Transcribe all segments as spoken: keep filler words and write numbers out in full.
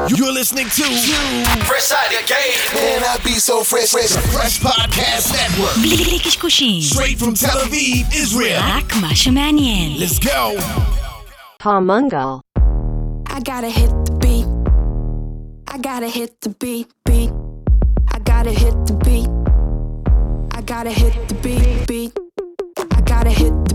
You're listening to Fresh Out of Game. Man, I be so fresh, fresh. Fresh Podcast Network. בלי קשקושים. Straight from Tel Aviv, Israel. רק מה שמעניין. Let's go. Palmungal. I gotta hit the beat. I gotta hit the beat, beat. I gotta hit the beat. I gotta hit the beat, beat. I gotta hit the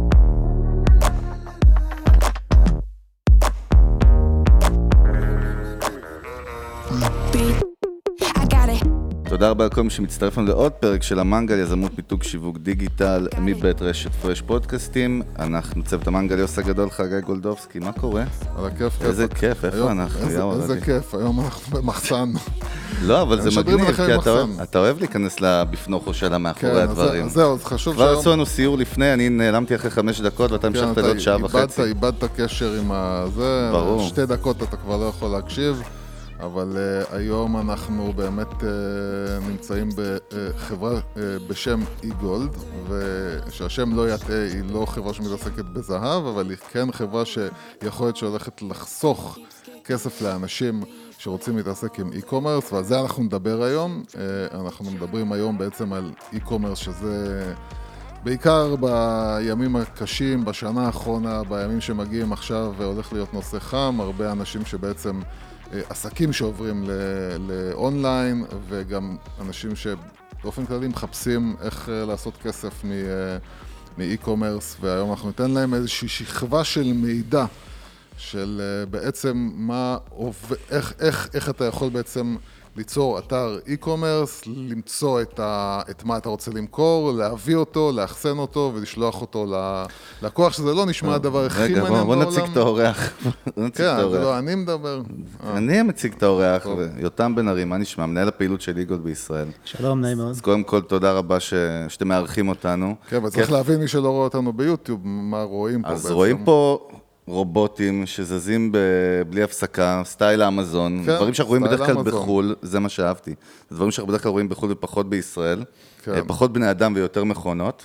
beat. I gotta תודה רבה לכל מי שמצטרף לנו לעוד פרק של המנגל, יזמות מיתוג שיווק דיגיטל מבית רשת פרש פודקאסטים. אנחנו צוות המנגל יוסי גדול, חגי גולדובסקי, מה קורה? על הכיף, כיף. איזה כיף, איפה אנחנו? איזה כיף, היום אנחנו במחסן. לא, אבל זה מגניב, כי אתה אוהב להיכנס בפנוכו שלה מאחורי הדברים. זהו, זה חשוב כבר עשו לנו סיור לפני, אני נעלמתי אחרי חמש דקות ואתה המשכת עוד שעה וחצי. איבדת קשר עם הזה, ברור. שתי דקות אתה כבר לא יכול להקשיב. אבל uh, היום אנחנו באמת uh, נמצאים בחברה uh, בשם אי-גולד, ושהשם לא יטעה, היא לא חברה שמתעסקת בזהב, אבל היא כן חברה שיכול להיות שהולכת לחסוך כסף לאנשים שרוצים להתעסק עם אי-קומרס, ועל זה אנחנו נדבר היום. Uh, אנחנו מדברים היום בעצם על אי-קומרס, שזה בעיקר בימים הקשים, בשנה האחרונה, בימים שמגיעים עכשיו והולך להיות נושא חם, הרבה אנשים שבעצם עסקים שעוברים לאונליין, וגם אנשים שבאופן כללי מחפשים איך לעשות כסף מאי-קומרס, והיום אנחנו ניתן להם איזושהי שכבה של מידע, של בעצם מה, איך, איך, איך אתה יכול בעצם ליצור אתר אי-קומרס, למצוא את, ה, את מה אתה רוצה למכור, להביא אותו, לאחסן אותו ולשלוח אותו ללקוח, שזה לא נשמע הדבר הכי מעניין בעולם. רגע, בוא נציג את האורח. כן, זה לא, אני מדבר. אני מציג את האורח, יותם בן ארי, מה נשמע? מנהל הפעילות של אי-גולד בישראל. שלום, נעים מאוד. אז קודם כל, תודה רבה שאתם מארחים אותנו. כן, אבל צריך להבין מי שלא רואה אותנו ביוטיוב, מה רואים פה בעצם. אז רואים פה רובוטים שזזים בלי הפסקה, סטייל אמזון, כן, דברים שאנחנו רואים בדרך כלל אמזון. בחול, זה מה שאהבתי. זה דברים שאנחנו בדרך כלל רואים בחול ופחות בישראל, כן. פחות בני אדם ויותר מכונות,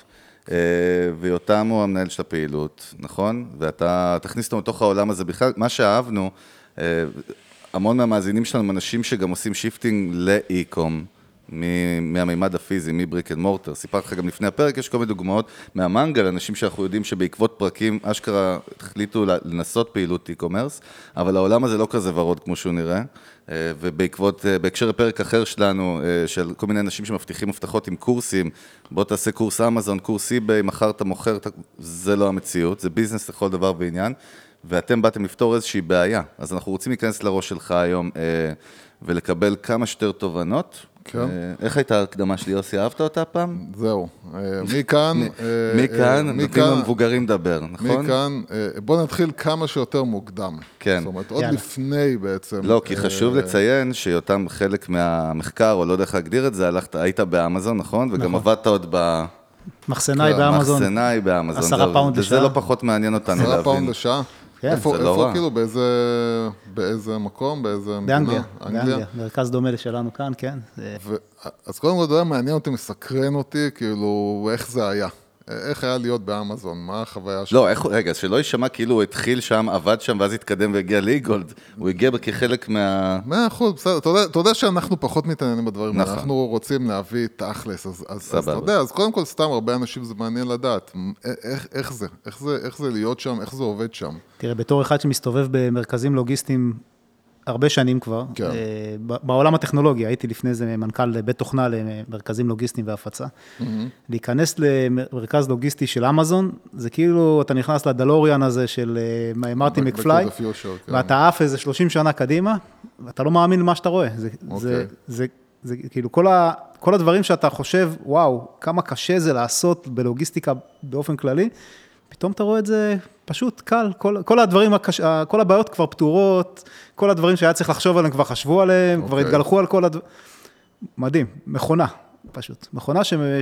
ויותם הוא המנהל של הפעילות, נכון? ואתה תכניס אותו מתוך העולם הזה בכלל, מה שאהבנו, המון מהמאזינים שלנו, אנשים שגם עושים שיפטינג לאי-קום, מהמימד הפיזי, מבריק אנד מורטר. סיפרתי לך גם לפני הפרק, יש כל מיני דוגמאות מהמנגל, אנשים שאנחנו יודעים שבעקבות פרקים, אשכרה החליטו לנסות פעילות אי-קומרס, אבל העולם הזה לא כזה ורוד כמו שהוא נראה, ובעקבות, בהקשר לפרק אחר שלנו, של כל מיני אנשים שמבטיחים הבטחות עם קורסים, בוא תעשה קורס אמזון, קורס אי-ביי, מחר אתה מוכר, זה לא המציאות, זה ביזנס לכל דבר בעניין, ואתם באתם לפתור איזושהי בעיה. אז אנחנו רוצים להיכנס לראש שלך היום, ולקבל כמה שיותר תובנות. כן. איך הייתה ההקדמה שלי, יוסי? אהבת אותה פעם? זהו. מכאן... מכאן, נותנים למבוגרים לדבר, נכון? מכאן, בוא נתחיל כמה שיותר מוקדם. כן. זאת אומרת, עוד לפני בעצם... לא, כי חשוב לציין שיותם חלק מהמחקר, או לא יודע איך להגדיר את זה, היית באמזון, נכון? וגם עבדת עוד ב... מחסנאי באמזון. מחסנאי באמזון. עשרה פאונד לשעה. וזה לא פחות מעניין אותנו להבין. עשרה פאונד לשעה? איפה, זה לא איפה רע. כאילו, באיזה, באיזה מקום, באיזה מדינה? באנגליה, באנגליה, מרכז דומה לשלנו כאן, כן. ו... אז קודם כל, זה היה מעניין אותי, מסקרן אותי, כאילו, איך זה היה? איך היה להיות באמזון? מה החוויה שלו? לא, איך, רגע, שלא יישמע כאילו הוא התחיל שם, עבד שם, ואז התקדם והגיע לאי-גולד. הוא הגיע כחלק מה... מאה אחוז, בסדר. אתה יודע, אתה יודע שאנחנו פחות מתעניינים בדברים. נכון. אנחנו רוצים להביא תכלס, אז, אז, אז אתה יודע, אז קודם כל, סתם, הרבה אנשים זה מעניין לדעת. איך, איך זה? איך זה, איך זה להיות שם? איך זה עובד שם? תראה, בתור אחד שמסתובב במרכזים לוגיסטיים הרבה שנים כבר, כן. בעולם הטכנולוגי, הייתי לפני זה מנכ"ל בית תוכנה למרכזים לוגיסטיים והפצה. Mm-hmm. להיכנס למרכז לוגיסטי של אמזון, זה כאילו אתה נכנס לדלוריאן הזה של מרטי מקפליי, ואתה עף איזה שלושים שנה קדימה, ואתה לא מאמין למה שאתה רואה. זה, okay. זה, זה, זה כאילו כל, ה, כל הדברים שאתה חושב, וואו, כמה קשה זה לעשות בלוגיסטיקה באופן כללי, פתאום אתה רואה את זה פשוט קל, כל, כל הדברים, הקש... כל הבעיות כבר פתורות, כל הדברים שהיה צריך לחשוב עליהם כבר חשבו עליהם, okay. כבר התגלחו על כל הדברים, מדהים, מכונה, פשוט, מכונה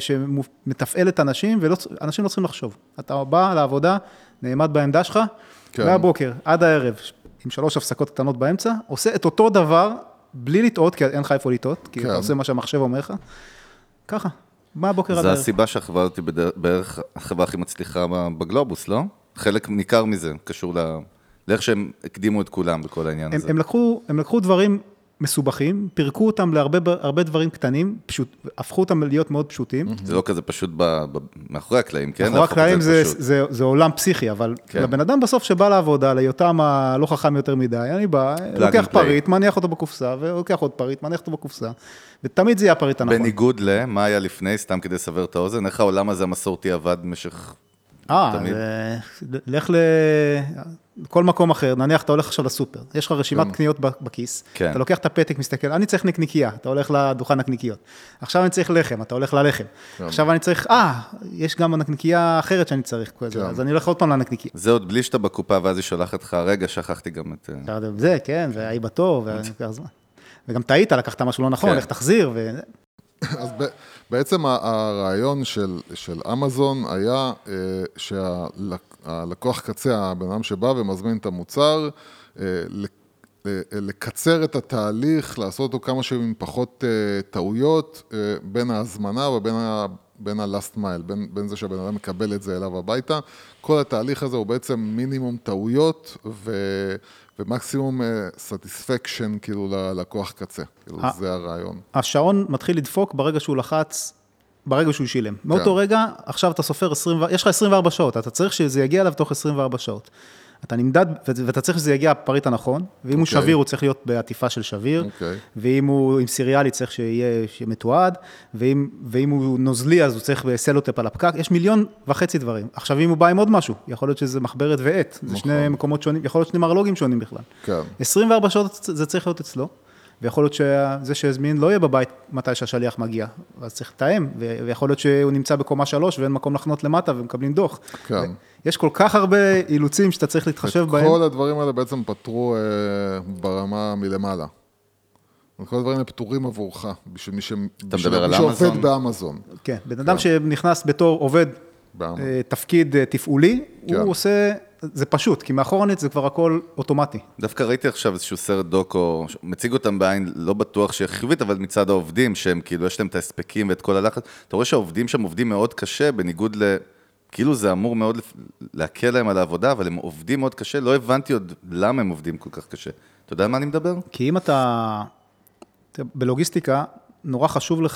שמתפעלת אנשים, ואנשים לא צריכים לחשוב, אתה בא לעבודה, נעמד בעמדה שלך, כן. מהבוקר עד הערב, עם שלוש הפסקות קטנות באמצע, עושה את אותו דבר, בלי לטעות, כי אין לך איפה לטעות, כי כן. אתה עושה מה שהמחשב אומר לך, ככה. מה הבוקר עד הערב? זה הסיבה שהחברה אותי בערך החברה הכי מצליחה בגלובוס, לא? חלק ניכר מזה, קשור לאיך שהם הקדימו את כולם בכל העניין הם, הזה. הם לקחו, הם לקחו דברים מסובכים, פירקו אותם להרבה הרבה דברים קטנים, פשוט, הפכו אותם להיות מאוד פשוטים. זה לא כזה פשוט ב, ב, מאחורי הקלעים, כן? מאחורי הקלעים זה, זה, זה, זה עולם פסיכי, אבל כן. לבן אדם בסוף שבא לעבודה, להיותם הלא חכם יותר מדי, אני בא, לוקח פריט, מניח אותו בקופסה, ולוקח עוד פריט, מניח אותו בקופסה, ותמיד זה יהיה הפריט הנכון. בניגוד למה היה לפני, סתם כדי לסבר את האוזן, איך העולם הזה המסורתי עבד במשך... אה, לך לכל מקום אחר, נניח אתה הולך עכשיו לסופר, יש לך רשימת קניות בכיס, אתה לוקח את הפתק, מסתכל, אני צריך נקניקייה, אתה הולך לדוכן הקניקיות, עכשיו אני צריך לחם, אתה הולך ללחם, עכשיו אני צריך, אה, יש גם נקניקייה אחרת שאני צריך, אז אני הולך עוד פעם לנקניקייה. זה עוד בלי שאתה בקופה, ואז היא שולחת לך, רגע, שכחתי גם את... זה, כן, והיא בתור, וגם טעית, לקחת משהו לא נכון, לך תחזיר, ו... אז בעצם הרעיון של, של אמזון היה שהלקוח קצה, הבן אדם שבא ומזמין את המוצר, לקצר את התהליך, לעשות אותו כמה שהם פחות טעויות בין ההזמנה ובין ה... בין ה-last mile, בין, בין זה שהבן אדם מקבל את זה אליו הביתה. כל התהליך הזה הוא בעצם מינימום טעויות ו... ומקסימום satisfaction כאילו ללקוח קצה. כאילו זה הרעיון. השעון מתחיל לדפוק ברגע שהוא לחץ, ברגע שהוא שילם. מאותו רגע, עכשיו אתה סופר עשרים, יש לך עשרים וארבע שעות, אתה צריך שזה יגיע אליו תוך עשרים וארבע שעות. אתה נמדד, ואתה צריך שזה יגיע הפריט הנכון, ואם הוא שביר, הוא צריך להיות בעטיפה של שביר, ואם הוא עם סיריאלי, צריך שיהיה מתועד, ואם הוא נוזלי, אז הוא צריך בסלוטפ על הפקק, יש מיליון וחצי דברים. עכשיו, אם הוא בא עם עוד משהו, יכול להיות שזה מחברת ועט, זה שני מקומות שונים, יכול להיות שני מרלוגים שונים בכלל. עשרים וארבע שעות זה צריך להיות אצלו, ויכול להיות שזה שהזמין לא יהיה בבית מתי שהשליח מגיע, אז צריך לתאם, ויכול להיות שהוא נמצא בקומה שלוש, ואין מקום לחנות למטה, ומקבלים דוח. כן. יש כל כך הרבה אילוצים שאתה צריך להתחשב בהם. כל הדברים האלה בעצם פתרו אה, ברמה מלמעלה. כל הדברים האלה פתורים עבורך, בשביל מי שעובד באמזון. כן, בן אדם שנכנס בתור עובד תפקיד תפעולי, הוא עושה... זה פשוט, כי מאחורנית זה כבר הכל אוטומטי. דווקא ראיתי עכשיו איזשהו סרט דוקו, מציג אותם בעין, לא בטוח שהיא חיובית, אבל מצד העובדים, שהם כאילו, יש להם את ההספקים ואת כל הלחץ, אתה רואה שהעובדים שם עובדים מאוד קשה, בניגוד ל... כאילו זה אמור מאוד להקל להם על העבודה, אבל הם עובדים מאוד קשה, לא הבנתי עוד למה הם עובדים כל כך קשה. אתה יודע על מה אני מדבר? כי אם אתה... בלוגיסטיקה, נורא חשוב לך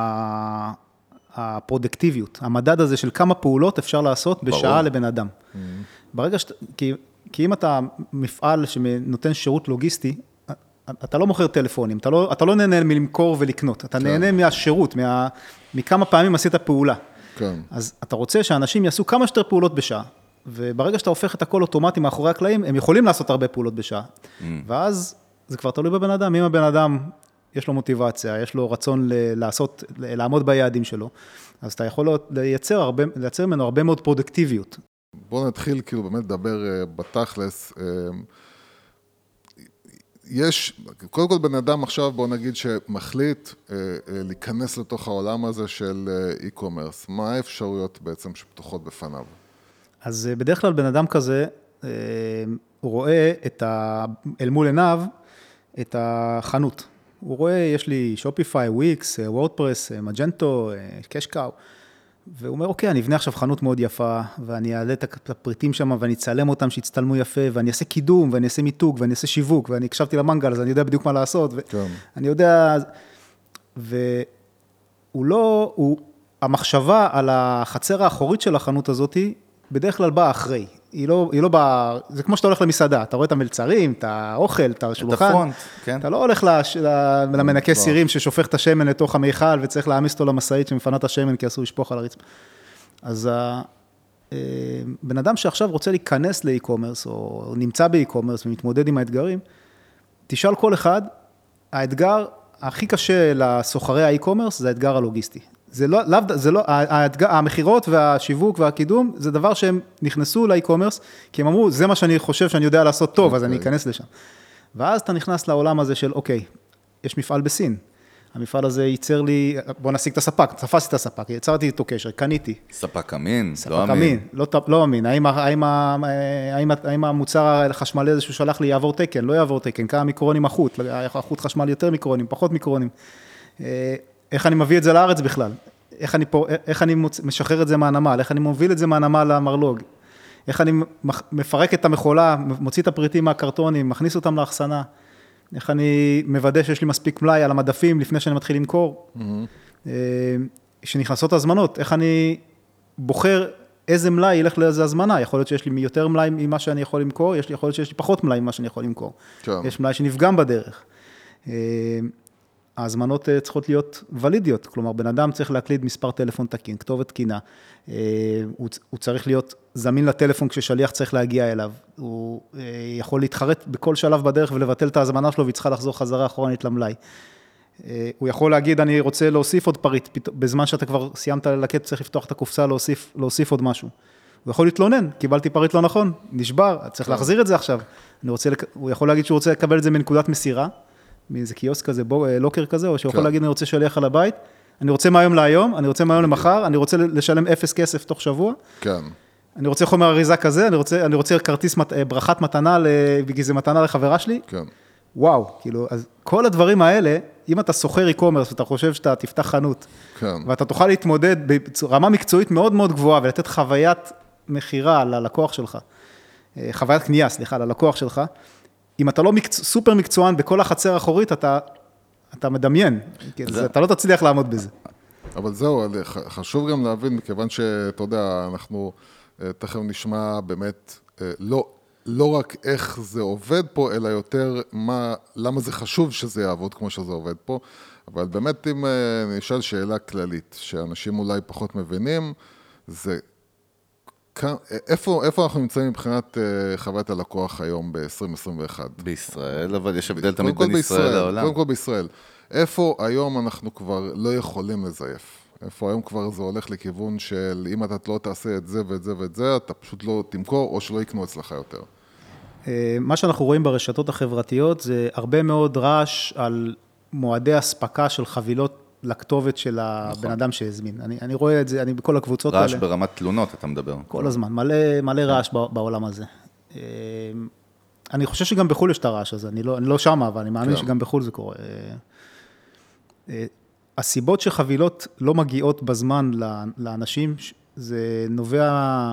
הפרודקטיביות, המדד הזה של כמה פעולות אפשר לעשות בשעה לבן אדם. ברגע ש... כי, כי אם אתה מפעל שנותן שירות לוגיסטי, אתה לא מוכר טלפונים, אתה לא, אתה לא נהנה מלמכור ולקנות, אתה כן. נהנה מהשירות, מה, מכמה פעמים עשית פעולה. כן. אז אתה רוצה שאנשים יעשו כמה שיותר פעולות בשעה, וברגע שאתה הופך את הכל אוטומטי מאחורי הקלעים, הם יכולים לעשות הרבה פעולות בשעה. Mm. ואז זה כבר תלוי בבן אדם, אם הבן אדם יש לו מוטיבציה, יש לו רצון ל- לעשות, לעמוד ביעדים שלו, אז אתה יכול לייצר, הרבה, לייצר ממנו הרבה מאוד פרודקטיביות. בואו נתחיל כאילו באמת לדבר בתכלס. יש, קודם כל בן אדם עכשיו בואו נגיד שמחליט להיכנס לתוך העולם הזה של e-commerce. מה האפשרויות בעצם שפתוחות בפניו? אז בדרך כלל בן אדם כזה, הוא רואה את ה... אל מול עיניו את החנות. הוא רואה, יש לי שופיפיי, וויקס, וורדפרס, מג'נטו, קשקאו. והוא אומר, אוקיי, אני אבנה עכשיו חנות מאוד יפה, ואני אעלה את הפריטים שם, ואני אצלם אותם שיצטלמו יפה, ואני אעשה קידום, ואני אעשה מיתוג, ואני אעשה שיווק, ואני הקשבתי למנגל, אז אני יודע בדיוק מה לעשות, ואני יודע, והוא לא, הוא, המחשבה על החצר האחורית של החנות הזאת, בדרך כלל באה אחרי. היא לא, היא לא באה, זה כמו שאתה הולך למסעדה, אתה רואה את המלצרים, את האוכל, את השולחן. את הפרונט, כן. אתה לא הולך לש, למנקי סירים ששופך את השמן לתוך המיכל, וצריך להעמיס אותו למשאית שמפנה את השמן, כי אסור לשפוך על הרצפה. אז בן אדם שעכשיו רוצה להיכנס לאי-קומרס, או נמצא באי-קומרס ומתמודד עם האתגרים, תשאל כל אחד, האתגר הכי קשה לסוחרי האי-קומרס, זה האתגר הלוגיסטי. זה לא, זה לא, המחירות והשיווק והקידום, זה דבר שהם נכנסו לאי-קומרס, כי הם אמרו, זה מה שאני חושב שאני יודע לעשות טוב, אז אני אכנס לשם. ואז אתה נכנס לעולם הזה של, אוקיי, יש מפעל בסין, המפעל הזה ייצר לי, בוא נשיג את הספק, תפסתי את הספק, יצרתי איתו קשר, קניתי. ספק אמין, לא אמין. לא, לא אמין, האם, האם, האם, האם המוצר החשמלי הזה שהוא שלח לי יעבור תקן, לא יעבור תקן, כמה מיקרונים החוט, החוט חשמל יותר מיקרונים, פחות מיקרונים. איך אני מביא את זה לארץ בכלל? איך אני, פה, איך אני משחרר את זה מהנמל? איך אני מוביל את זה מהנמל למרלוג? איך אני מפרק את המכולה, מוציא את הפריטים מהקרטונים, מכניס אותם לאחסנה, איך אני מוודא שיש לי מספיק מלאי על המדפים לפני שאני מתחיל למכור, mm-hmm. שנכנסות הזמנות, איך אני בוחר איזה מלאי ילך לאיזה הזמנה, יכול להיות שיש לי יותר מלאי ממה שאני יכול למכור, יש לי, יכול להיות שיש לי פחות מלאי ממה שאני יכול למכור, כן. יש מלאי שנפגם בדרך. ההזמנות צריכות להיות ולידיות, כלומר, בן אדם צריך להקליד מספר טלפון תקין, כתובת תקינה, הוא, הוא צריך להיות זמין לטלפון כששליח צריך להגיע אליו, הוא יכול להתחרט בכל שלב בדרך ולבטל את ההזמנה שלו, והיא צריכה לחזור חזרה אחורנית למלאי. הוא יכול להגיד, אני רוצה להוסיף עוד פריט, בזמן שאתה כבר סיימת ללקט, צריך לפתוח את הקופסה, להוסיף, להוסיף עוד משהו. הוא יכול להתלונן, קיבלתי פריט לא נכון, נשבר, צריך להחזיר את זה עכשיו. אני רוצה, הוא יכול להגיד שהוא רוצה לקבל את זה מנקודת מסירה, מאיזה קיוסק כזה, לוקר כזה, או שהוא יכול להגיד, אני רוצה שליח על הבית, אני רוצה מהיום להיום, אני רוצה מהיום למחר, אני רוצה לשלם אפס כסף תוך שבוע. כן. אני רוצה חומר אריזה כזה, אני רוצה, אני רוצה כרטיס, ברכת מתנה, בגלל זה מתנה לחברה שלי. כן. וואו, כאילו, אז כל הדברים האלה, אם אתה סוחר e-commerce ואתה חושב שאתה תפתח חנות, כן. ואתה תוכל להתמודד ברמה מקצועית מאוד מאוד גבוהה, ולתת חוויית מחירה ללקוח שלך, חוויית קנייה, סליחה, ללקוח שלך, אם אתה לא מקצוע, סופר מקצוען בכל החצר האחורית, אתה, אתה מדמיין, זה... אתה לא תצליח לעמוד בזה. אבל זהו, חשוב גם להבין, מכיוון שאתה יודע, אנחנו תכף נשמע באמת, לא, לא רק איך זה עובד פה, אלא יותר מה, למה זה חשוב שזה יעבוד כמו שזה עובד פה, אבל באמת אם נשאל שאלה כללית, שאנשים אולי פחות מבינים, זה... איפה, איפה אנחנו נמצאים מבחינת חוויית הלקוח היום ב-עשרים עשרים ואחת? בישראל, אבל יש הבדל תמיד בין ישראל לעולם. קודם כל בישראל. איפה היום אנחנו כבר לא יכולים לזייף? איפה היום כבר זה הולך לכיוון של אם אתה לא תעשה את זה ואת זה ואת זה, אתה פשוט לא תמכור או שלא יקנו אצלך יותר? מה שאנחנו רואים ברשתות החברתיות זה הרבה מאוד רעש על מועדי הספקה של חבילות לכתובת של הבן אדם שהזמין. אני, אני רואה את זה, אני בכל הקבוצות האלה. רעש ברמת תלונות, אתה מדבר. כל הזמן, מלא, מלא רעש בעולם הזה. אני חושב שגם בחול יש את הרעש הזה, אני לא, אני לא שם, אבל אני מאמין שגם בחול זה קורה. הסיבות שחבילות לא מגיעות בזמן לאנשים, זה נובע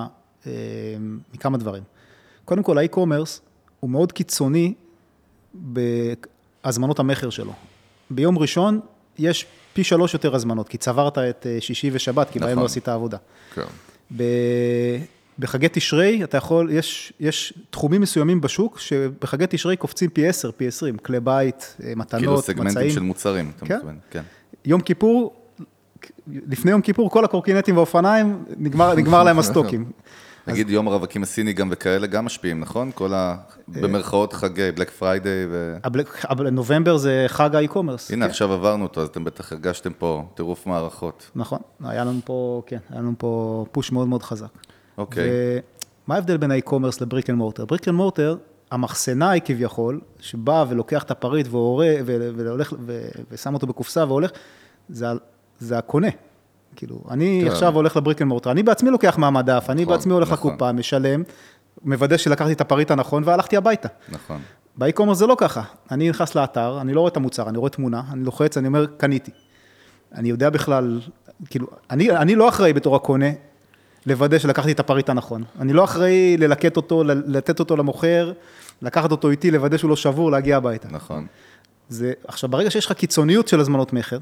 מכמה דברים. קודם כל, האי-קומרס הוא מאוד קיצוני בהזמנות המחר שלו. ביום ראשון יש פי שלוש יותר הזמנות, כי צברת את שישי ושבת, כי בהם לא עשית עבודה. כן. בחגי תשרי, אתה יכול, יש, יש תחומים מסוימים בשוק, שבחגי תשרי קופצים פי עשר, פי עשרים, כלי בית, מתנות, כאילו מצעים. סגמנטים של מוצרים, אתה מתכוון, כן. יום כיפור, לפני יום כיפור, כל הקורקינטים והאופניים, נגמר, נגמר להם הסטוקים. נגיד יום הרווקים הסיני גם וכאלה גם משפיעים, נכון? כל ה... במרכאות חגי, בלק פריידיי ו... נובמבר זה חג האי-קומרס. הנה, עכשיו עברנו אותו, אז אתם בטח הרגשתם פה טירוף מערכות. נכון, היה לנו פה, כן, היה לנו פה פוש מאוד מאוד חזק. אוקיי. ומה ההבדל בין האי-קומרס לבריק אנד מורטר? בריק אנד מורטר, המחסנאי כביכול, שבא ולוקח את הפריט והולך, ושם אותו בקופסה והולך, זה הקונה. כאילו, אני עכשיו הולך לבריק אנד מורטר, אני בעצמי לוקח מהמדף, אני בעצמי הולך לקופה, משלם, מוודא שלקחתי את הפריט הנכון, והלכתי הביתה. נכון. באי-קומרס זה לא ככה. אני נכנס לאתר, אני לא רואה את המוצר, אני רואה תמונה, אני לוחץ, אני אומר, קניתי. אני יודע בכלל, כאילו, אני, אני לא אחראי בתור הקונה, לוודא שלקחתי את הפריט הנכון. אני לא אחראי ללקט אותו, לתת אותו למוכר, לקחת אותו איתי, לוודא שהוא לא שבור, להגיע הביתה. נכון. זה, עכשיו, ברגע שיש לך קיצוניות של הזמנות מחר,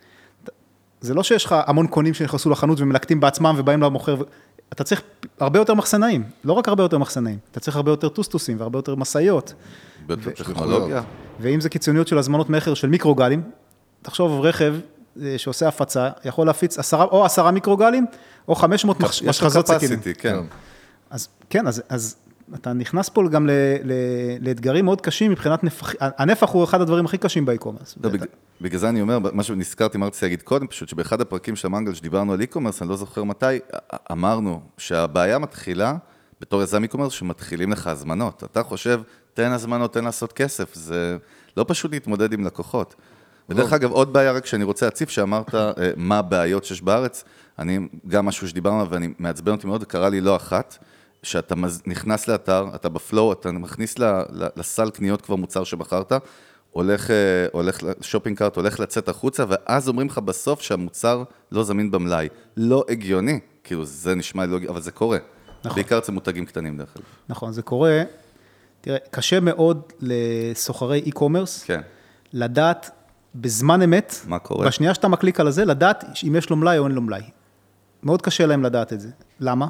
זה לא שיש לך המון קונים שנכנסו לחנות ומלקטים בעצמם ובאים למוכר, אתה צריך הרבה יותר מחסנאים, לא רק הרבה יותר מחסנאים, אתה צריך הרבה יותר טוסטוסים והרבה יותר מסעיות. ביותר טכנולוגיה. ואם זה קיצוניות של הזמנות מחר של מיקרוגלים, תחשוב רכב שעושה הפצה, יכול להפיץ עשרה, או עשרה מיקרוגלים, או חמש מאות משחזות סכינים. כן. אז כן, אז, אז אתה נכנס פה גם ל, ל, לאתגרים מאוד קשים מבחינת נפח, הנפח הוא אחד הדברים הכי קשים באי-קומרס. לא, בגלל, בגלל זה אני אומר, מה שנזכרתי, מה רציתי להגיד קודם, פשוט שבאחד הפרקים של המנגל שדיברנו על אי-קומרס, אני לא זוכר מתי, אמרנו שהבעיה מתחילה, בתור יזם אי-קומרס, שמתחילים לך הזמנות. אתה חושב, תן הזמנות, תן לעשות כסף, זה לא פשוט להתמודד עם לקוחות. ודרך אגב, עוד בעיה רק שאני רוצה להציף, שאמרת מה הבעיות שיש בארץ, אני גם משהו שדיברנו, ואני מעצבן אותי מאוד, וקרא לי לא אחת, שאתה נכנס לאתר, אתה בפלואו, אתה מכניס לסל קניות כבר מוצר שבחרת, הולך, הולך לשופינג קארט, הולך לצאת החוצה, ואז אומרים לך בסוף שהמוצר לא זמין במלאי. לא הגיוני, כאילו זה נשמע לא, אבל זה קורה. נכון. בעיקר אצל מותגים קטנים דרך אגב. נכון, זה קורה, תראה, קשה מאוד לסוחרי e-commerce, כן. לדעת בזמן אמת, מה קורה? בשנייה שאתה מקליק על זה, לדעת אם יש לו מלאי או אין לו מלאי. מאוד קשה להם לדעת את זה. למה?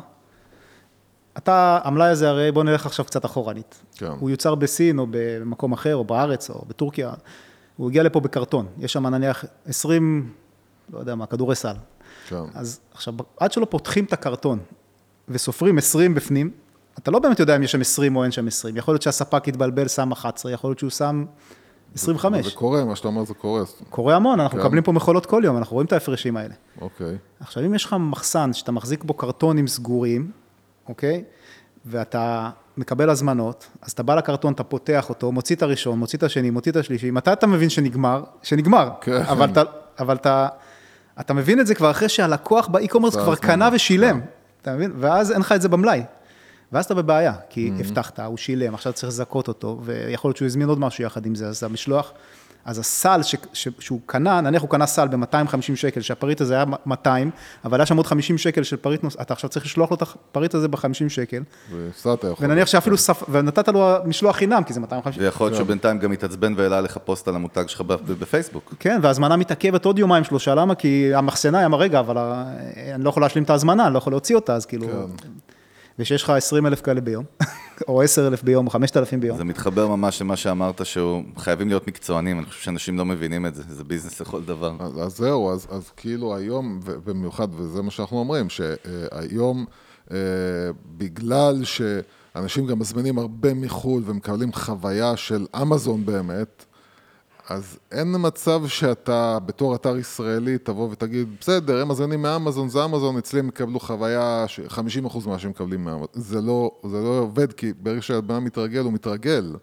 אתה, המלאי הזה הרי, בוא נלך עכשיו קצת אחורנית. כן. הוא יוצר בסין או במקום אחר, או בארץ, או בטורקיה. הוא הגיע לפה בקרטון. יש שם נניח עשרים, לא יודע מה, כדורי סל. כן. אז עכשיו, עד שלא פותחים את הקרטון וסופרים עשרים בפנים, אתה לא באמת יודע אם יש שם עשרים או אין שם עשרים. יכול להיות שהספק יתבלבל, שם אחת עשרה, יכול להיות שהוא שם עשרים וחמש. זה קורה, מה שאתה אומר זה קורה. קורה המון, אנחנו כן. מקבלים פה מכולות כל יום, אנחנו רואים את ההפרשים האלה. אוקיי. עכשיו, אם יש לך מחסן שאתה מחזיק בו קרטונים סגורים, אוקיי? ואתה מקבל הזמנות, אז אתה בא לקרטון, אתה פותח אותו, מוציא את הראשון, מוציא את השני, מוציא את השלישי, מתי אתה מבין שנגמר? שנגמר. כן. אבל אתה, אבל אתה, אתה מבין את זה כבר אחרי שהלקוח באי-קומרס כבר קנה ושילם. אתה מבין? ואז אין לך את זה במלאי. ואז אתה בבעיה, כי הבטחת, הוא שילם, עכשיו צריך לזכות אותו, ויכול להיות שהוא הזמין עוד משהו יחד עם זה, אז המשלוח, אז הסל ש, ש, שהוא קנה, נניח הוא קנה סל ב-מאתיים וחמישים שקל, שהפריט הזה היה מאתיים, אבל היה שם עוד חמישים שקל של פריט נוס, אתה עכשיו צריך לשלוח לו את הפריט הזה ב-חמישים שקל, והפסדת יכול. ונניח שאפילו, ספ... ונתת לו משלוח חינם, כי זה מאתיים וחמישים. ויכול להיות שבינתיים גם יתעצבן והעלה לך פוסט על המותג שלך בפייסבוק. כן, והזמנה מתעכבת עוד יומיים שלושה, למה? כי המחסנה היה מרגע, אבל אני לא יכול להשלים את ההזמנה, אני לא יכול להוציא אותה, אז כאילו... כן. ושיש לך עשרים אלף כאלה ביום, או עשרת אלפים ביום, או חמשת אלפים ביום. זה מתחבר ממש למה שאמרת, שהוא חייבים להיות מקצוענים, אני חושב שאנשים לא מבינים את זה, זה ביזנס לכל דבר. אז, אז זהו, אז, אז כאילו היום, ובמיוחד, וזה מה שאנחנו אומרים, שהיום, אה, בגלל שאנשים גם מזמינים הרבה מחול, ומקבלים חוויה של אמזון באמת, אז אין מצב שאתה בתור אתר ישראלי תבוא ותגיד, בסדר, הם מזמינים מאמזון, זה אמזון, אצלי הם יקבלו חוויה חמישים אחוז מה שהם מקבלים מאמזון. זה לא, זה לא עובד, כי ברגע שהבן מתרגל, הוא מתרגל.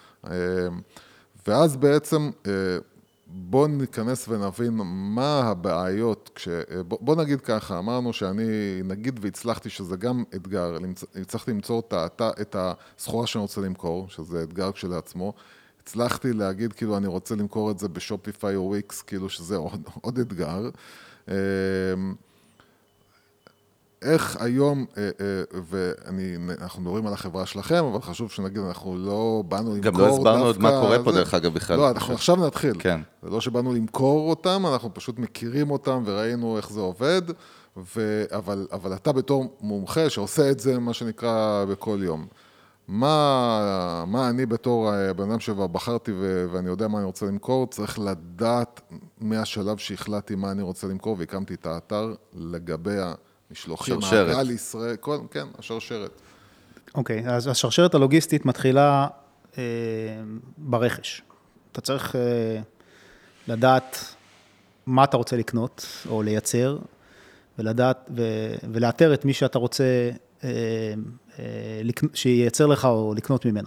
ואז בעצם, בוא ניכנס ונבין מה הבעיות, כש... בוא, בוא נגיד ככה, אמרנו שאני נגיד והצלחתי שזה גם אתגר, הצלחתי למצוא את, את הסחורה שאני רוצה למכור, שזה אתגר כשלעצמו, הצלחתי להגיד, כאילו, אני רוצה למכור את זה בשופיפיי או וויקס, כאילו, שזה עוד, עוד אתגר. איך היום, ואנחנו מדברים על החברה שלכם, אבל חשוב שנגיד, אנחנו לא באנו למכור גם לא הסברנו עוד מה קורה פה דרך אגב בכלל. לא, אנחנו עכשיו נתחיל. כן. זה לא שבאנו למכור אותם, אנחנו פשוט מכירים אותם וראינו איך זה עובד, אבל, אבל אתה בתור מומחה שעושה את זה, מה שנקרא, בכל יום. מה, מה אני בתור בן אדם שבחרתי ו- ואני יודע מה אני רוצה למכור, צריך לדעת מהשלב שהחלטתי מה אני רוצה למכור, והקמתי את האתר לגבי המשלוחים, ההגעה לישראל, כל, כן, השרשרת. אוקיי, אז השרשרת הלוגיסטית מתחילה אה, ברכש. אתה צריך אה, לדעת מה אתה רוצה לקנות או לייצר, ולדעת, ו- ולאתר את מי שאתה רוצה אה, שייצר לך או לקנות ממנו.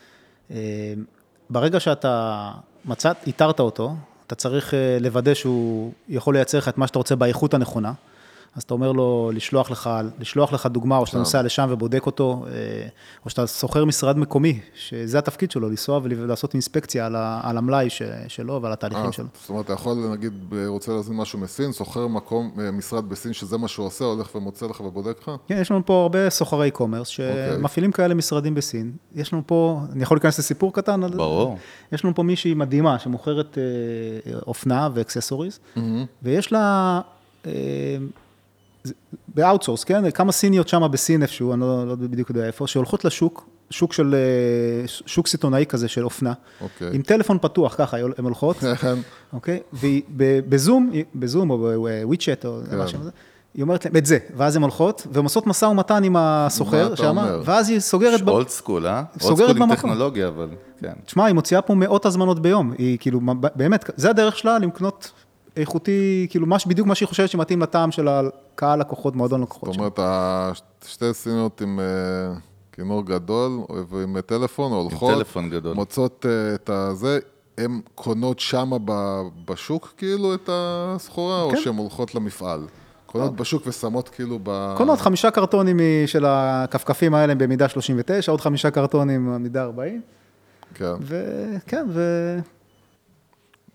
ברגע שאתה מצאת, איתרת אותו, אתה צריך לוודא שהוא יכול לייצר לך את מה שאתה רוצה באיכות הנכונה, אז אתה אומר לו לשלוח לך, לשלוח לך דוגמה, או שאתה נוסע לשם ובודק אותו, או שאתה סוחר משרד מקומי, שזה התפקיד שלו, לנסוע ולעשות אינספקציה על המלאי שלו ועל התהליכים שלו. זאת אומרת, אתה יכול, נגיד, רוצה להזמין משהו מסין, סוחר מקום, משרד בסין, שזה מה שהוא עושה, הולך ומוצא לך ובודק לך? כן, יש לנו פה הרבה סוחרי קומרס, שמפעילים כאלה משרדים בסין. יש לנו פה, אני יכול להיכנס לסיפור קטן? ברור. יש לנו פה מישהי מדהימה, שמוכרת אופנה ואקססוריז, ויש לה... באוטסורס, כן? כמה סיניות שם בסין איפשהו, אני לא, לא בדיוק יודע איפה, שהולכות לשוק, שוק של, שוק סיטונאי כזה של אופנה, אוקיי. עם טלפון פתוח, ככה הן הולכות, אוקיי? ובזום, בזום או בוויצ'ט או משהו כזה, היא אומרת להם, את זה, ואז הן הולכות, והן עושות מסע ומתן עם הסוחר, שמה, ואז היא סוגרת... אולד סקול, אה? אולד סקול עם טכנולוגיה, אבל כן. תשמע, היא מוציאה פה מאות הזמנות ביום, היא כאילו, באמת, זה הדרך שלה למקנות איכותי, כאילו, בדיוק מה שהיא חושבת שמתאים לטעם של הקהל לקוחות, מועדון לקוחות. זאת אומרת, שתי סיניות עם כינור גדול, ועם טלפון, הולכות, עם טלפון גדול. מוצאות את הזה, הן קונות שמה בשוק, כאילו, את הסחורה, או שהן הולכות למפעל? קונות בשוק ושמות כאילו ב... קונות חמישה קרטונים של הכפכפים האלה במידה שלושים ותשע, עוד חמישה קרטונים במידה ארבעים. כן. וכן, ו...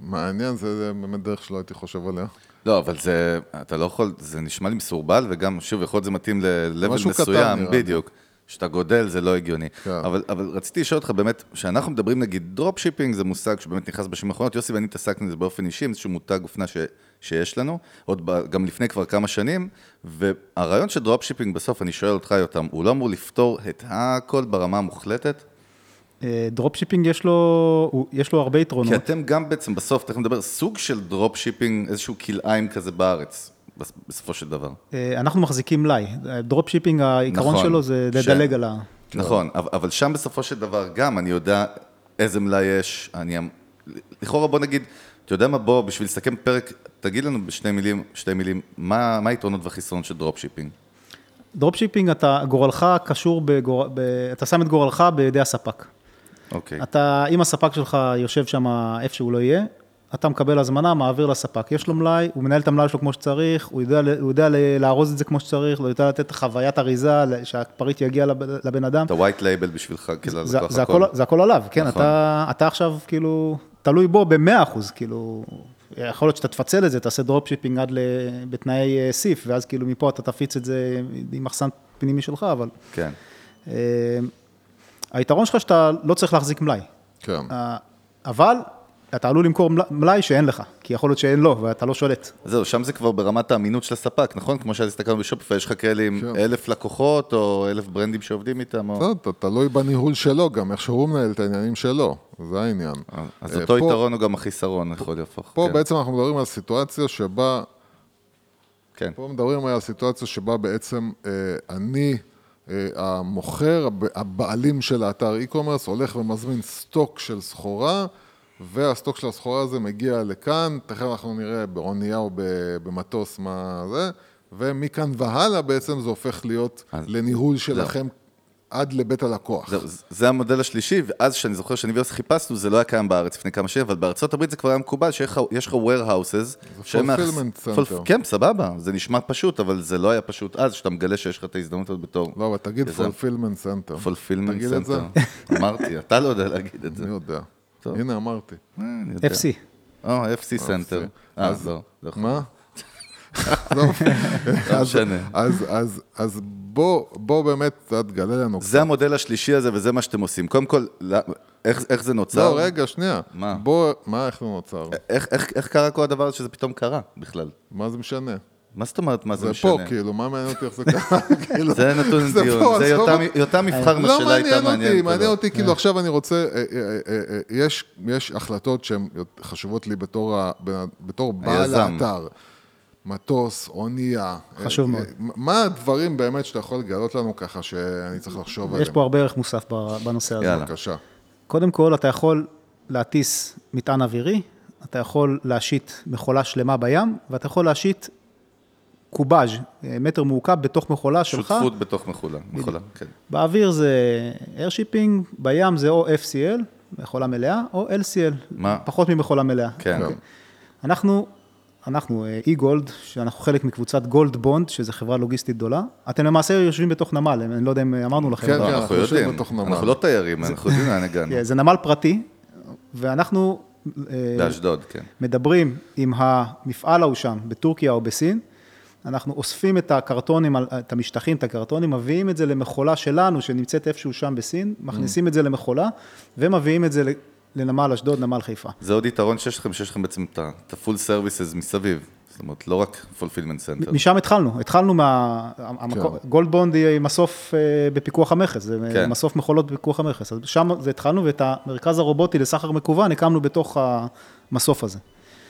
מעניין, זה באמת דרך שלא הייתי חושב עליה. לא, אבל זה, אתה לא יכול, זה נשמע לי מסורבל, וגם, שוב, יכול להיות זה מתאים ל-level משהו קטן, מסוים, נראה. בדיוק. שאתה גודל, זה לא הגיוני. כן. אבל, אבל רציתי לשאול אותך באמת, שאנחנו מדברים, נגיד, דרופשיפינג זה מושג שבאמת נכנס בשנים האחרונות, יוסי ואני התעסקנו בזה באופן אישי, איזשהו מותג אופנה ש, שיש לנו, עוד ב, גם לפני כבר כמה שנים, והרעיון של דרופשיפינג בסוף, אני שואל אותך, יותם, הוא לא אמור לפתור את הכל ברמה המוחלטת? דרופשיפינג יש לו, יש לו הרבה יתרונות. כי אתם גם בעצם בסוף, תכף נדבר, סוג של דרופשיפינג, איזשהו כלאיים כזה בארץ, בסופו של דבר. אנחנו מחזיקים מלאי. דרופשיפינג, העיקרון נכון, שלו זה לדלג על ה... נכון, אבל שם בסופו של דבר גם, אני יודע איזה מלאי יש, אני... לכאורה בוא נגיד, אתה יודע מה, בוא, בשביל לסכם פרק, תגיד לנו בשני מילים, שתי מילים, מה, מה היתרונות והחיסרונות של דרופשיפינג? דרופשיפינג, אתה, גורלך קשור בגור... ב... אתה שם את גורלך בידי הספק. אוקיי. אתה, אם הספק שלך יושב שם איפה שהוא לא יהיה, אתה מקבל הזמנה, מעביר לספק. יש לו מלאי, הוא מנהל את המלאי שלו כמו שצריך, הוא יודע, הוא יודע לארוז את זה כמו שצריך, הוא יודע לתת חוויית אריזה, שהפריט יגיע לבן אדם. את ה-white label בשבילך, כאילו, זה, זה הכל, זה הכל עליו, כן, נכון. אתה, אתה עכשיו כאילו, תלוי בו ב-מאה אחוז, כאילו, יכול להיות שאתה תפצל את זה, תעשה דרופשיפינג עד בתנאי סיף, ואז כאילו מפה אתה תפיץ את זה עם מחסן פנימי שלך, אבל... כן. היתרון שלך שאתה לא צריך להחזיק מלאי. כן. אבל אתה עלול למכור מלאי שאין לך, כי יכול להיות שאין לו, ואתה לא שולט. זהו, שם זה כבר ברמת האמינות של הספק, נכון? כמו שאז הסתכלנו בשופיפיי, יש לך כאלה עם אלף לקוחות, או אלף ברנדים שעובדים איתם, או... אתה תלוי בניהול שלו גם, איך שהוא מנהל את העניינים שלו, זה העניין. אז אותו יתרון הוא גם החיסרון, יכול להפוך. פה בעצם אנחנו מדברים על סיטואציה שבה... כן. פה מדברים על סיטואציה שבה בעצם אני... המוכר, הבעלים של האתר e-commerce הולך ומזמין סטוק של סחורה, והסטוק של הסחורה הזה מגיע לכאן, תכף אנחנו נראה באונייה או במטוס מה זה, ומכאן והלאה בעצם זה הופך להיות לניהול שלכם עד לבית הלקוח. זה, זה המודל השלישי, ואז שאני זוכר שאני ויוס חיפשנו, זה לא היה קיים בארץ לפני כמה שנים, אבל בארצות הברית זה כבר היה מקובל, שיש לך warehouses, זה fulfillment center. כן, סבבה, זה נשמע פשוט, אבל זה לא היה פשוט אז, שאתה מגלה שיש לך את ההזדמנות הזאת בתור... לא, אבל תגיד fulfillment center. fulfillment center. אמרתי, אתה לא יודע להגיד את זה. אני יודע. הנה, אמרתי. אף סי. או, אף סי center. אה, לא. מה? לא משנה. אז בוא, בוא באמת תגלה לנו. זה המודל השלישי הזה, וזה מה שאתם עושים. קודם כל, איך זה נוצר? לא, רגע, שנייה. מה? בוא, מה, איך זה נוצר? איך קרה כל הדבר הזה שזה פתאום קרה, בכלל? מה זה משנה? מה זאת אומרת, מה זה משנה? זה פה, כאילו, מה מעניין אותי איך זה קרה? זה נתון דיון, זה יותר מבחר מה שאלה הייתה מעניינת. לא מעניין אותי, כאילו עכשיו אני רוצה, יש החלטות שהן חשובות לי בתור בעל האתר. מטוס, אונייה. חשוב מאוד. מה הדברים באמת שאתה יכול לגלות לנו ככה שאני צריך לחשוב עליהם? יש פה הרבה ערך מוסף בנושא הזה. יאללה. בבקשה. קודם כל, אתה יכול להטיס מטען אווירי, אתה יכול להשית מכולה שלמה בים, ואתה יכול להשית קובאז', מטר מעוקב בתוך מכולה שלך. שותפות בתוך מכולה, מכולה, כן. באוויר זה איירשיפינג, בים זה או אף סי אל, מכולה מלאה, או אל סי אל, מה? פחות ממכולה מלאה. כן. אנחנו... אנחנו, אי-גולד, שאנחנו חלק מקבוצת גולד בונד, שזו חברה לוגיסטית גדולה. אתם למעשה יושבים בתוך נמל, אני לא יודע אם אמרנו לכם. כן, כן, אנחנו יודעים, אנחנו לא תיירים, אנחנו יודעים לאן הגענו. זה נמל פרטי, ואנחנו באשדוד, כן. מדברים עם המפעל ההוא שם, בטורקיה או בסין, אנחנו אוספים את הקרטונים, את המשטחים, את הקרטונים, מביאים את זה למכולה שלנו, שנמצאת איפשהו שם בסין, מכניסים את זה למכולה, ומביאים את זה לנמל אשדוד, נמל חיפה. זה עוד יתרון שיש לכם, שיש לכם בעצם את ה-full services מסביב. זאת אומרת, לא רק fulfillment center. משם התחלנו, התחלנו מה... גולד בונד היא מסוף בפיקוח המכס, זה מסוף מכולות בפיקוח המכס. אז שם זה התחלנו, ואת המרכז הרובוטי לסחר מקוון הקמנו בתוך המסוף הזה.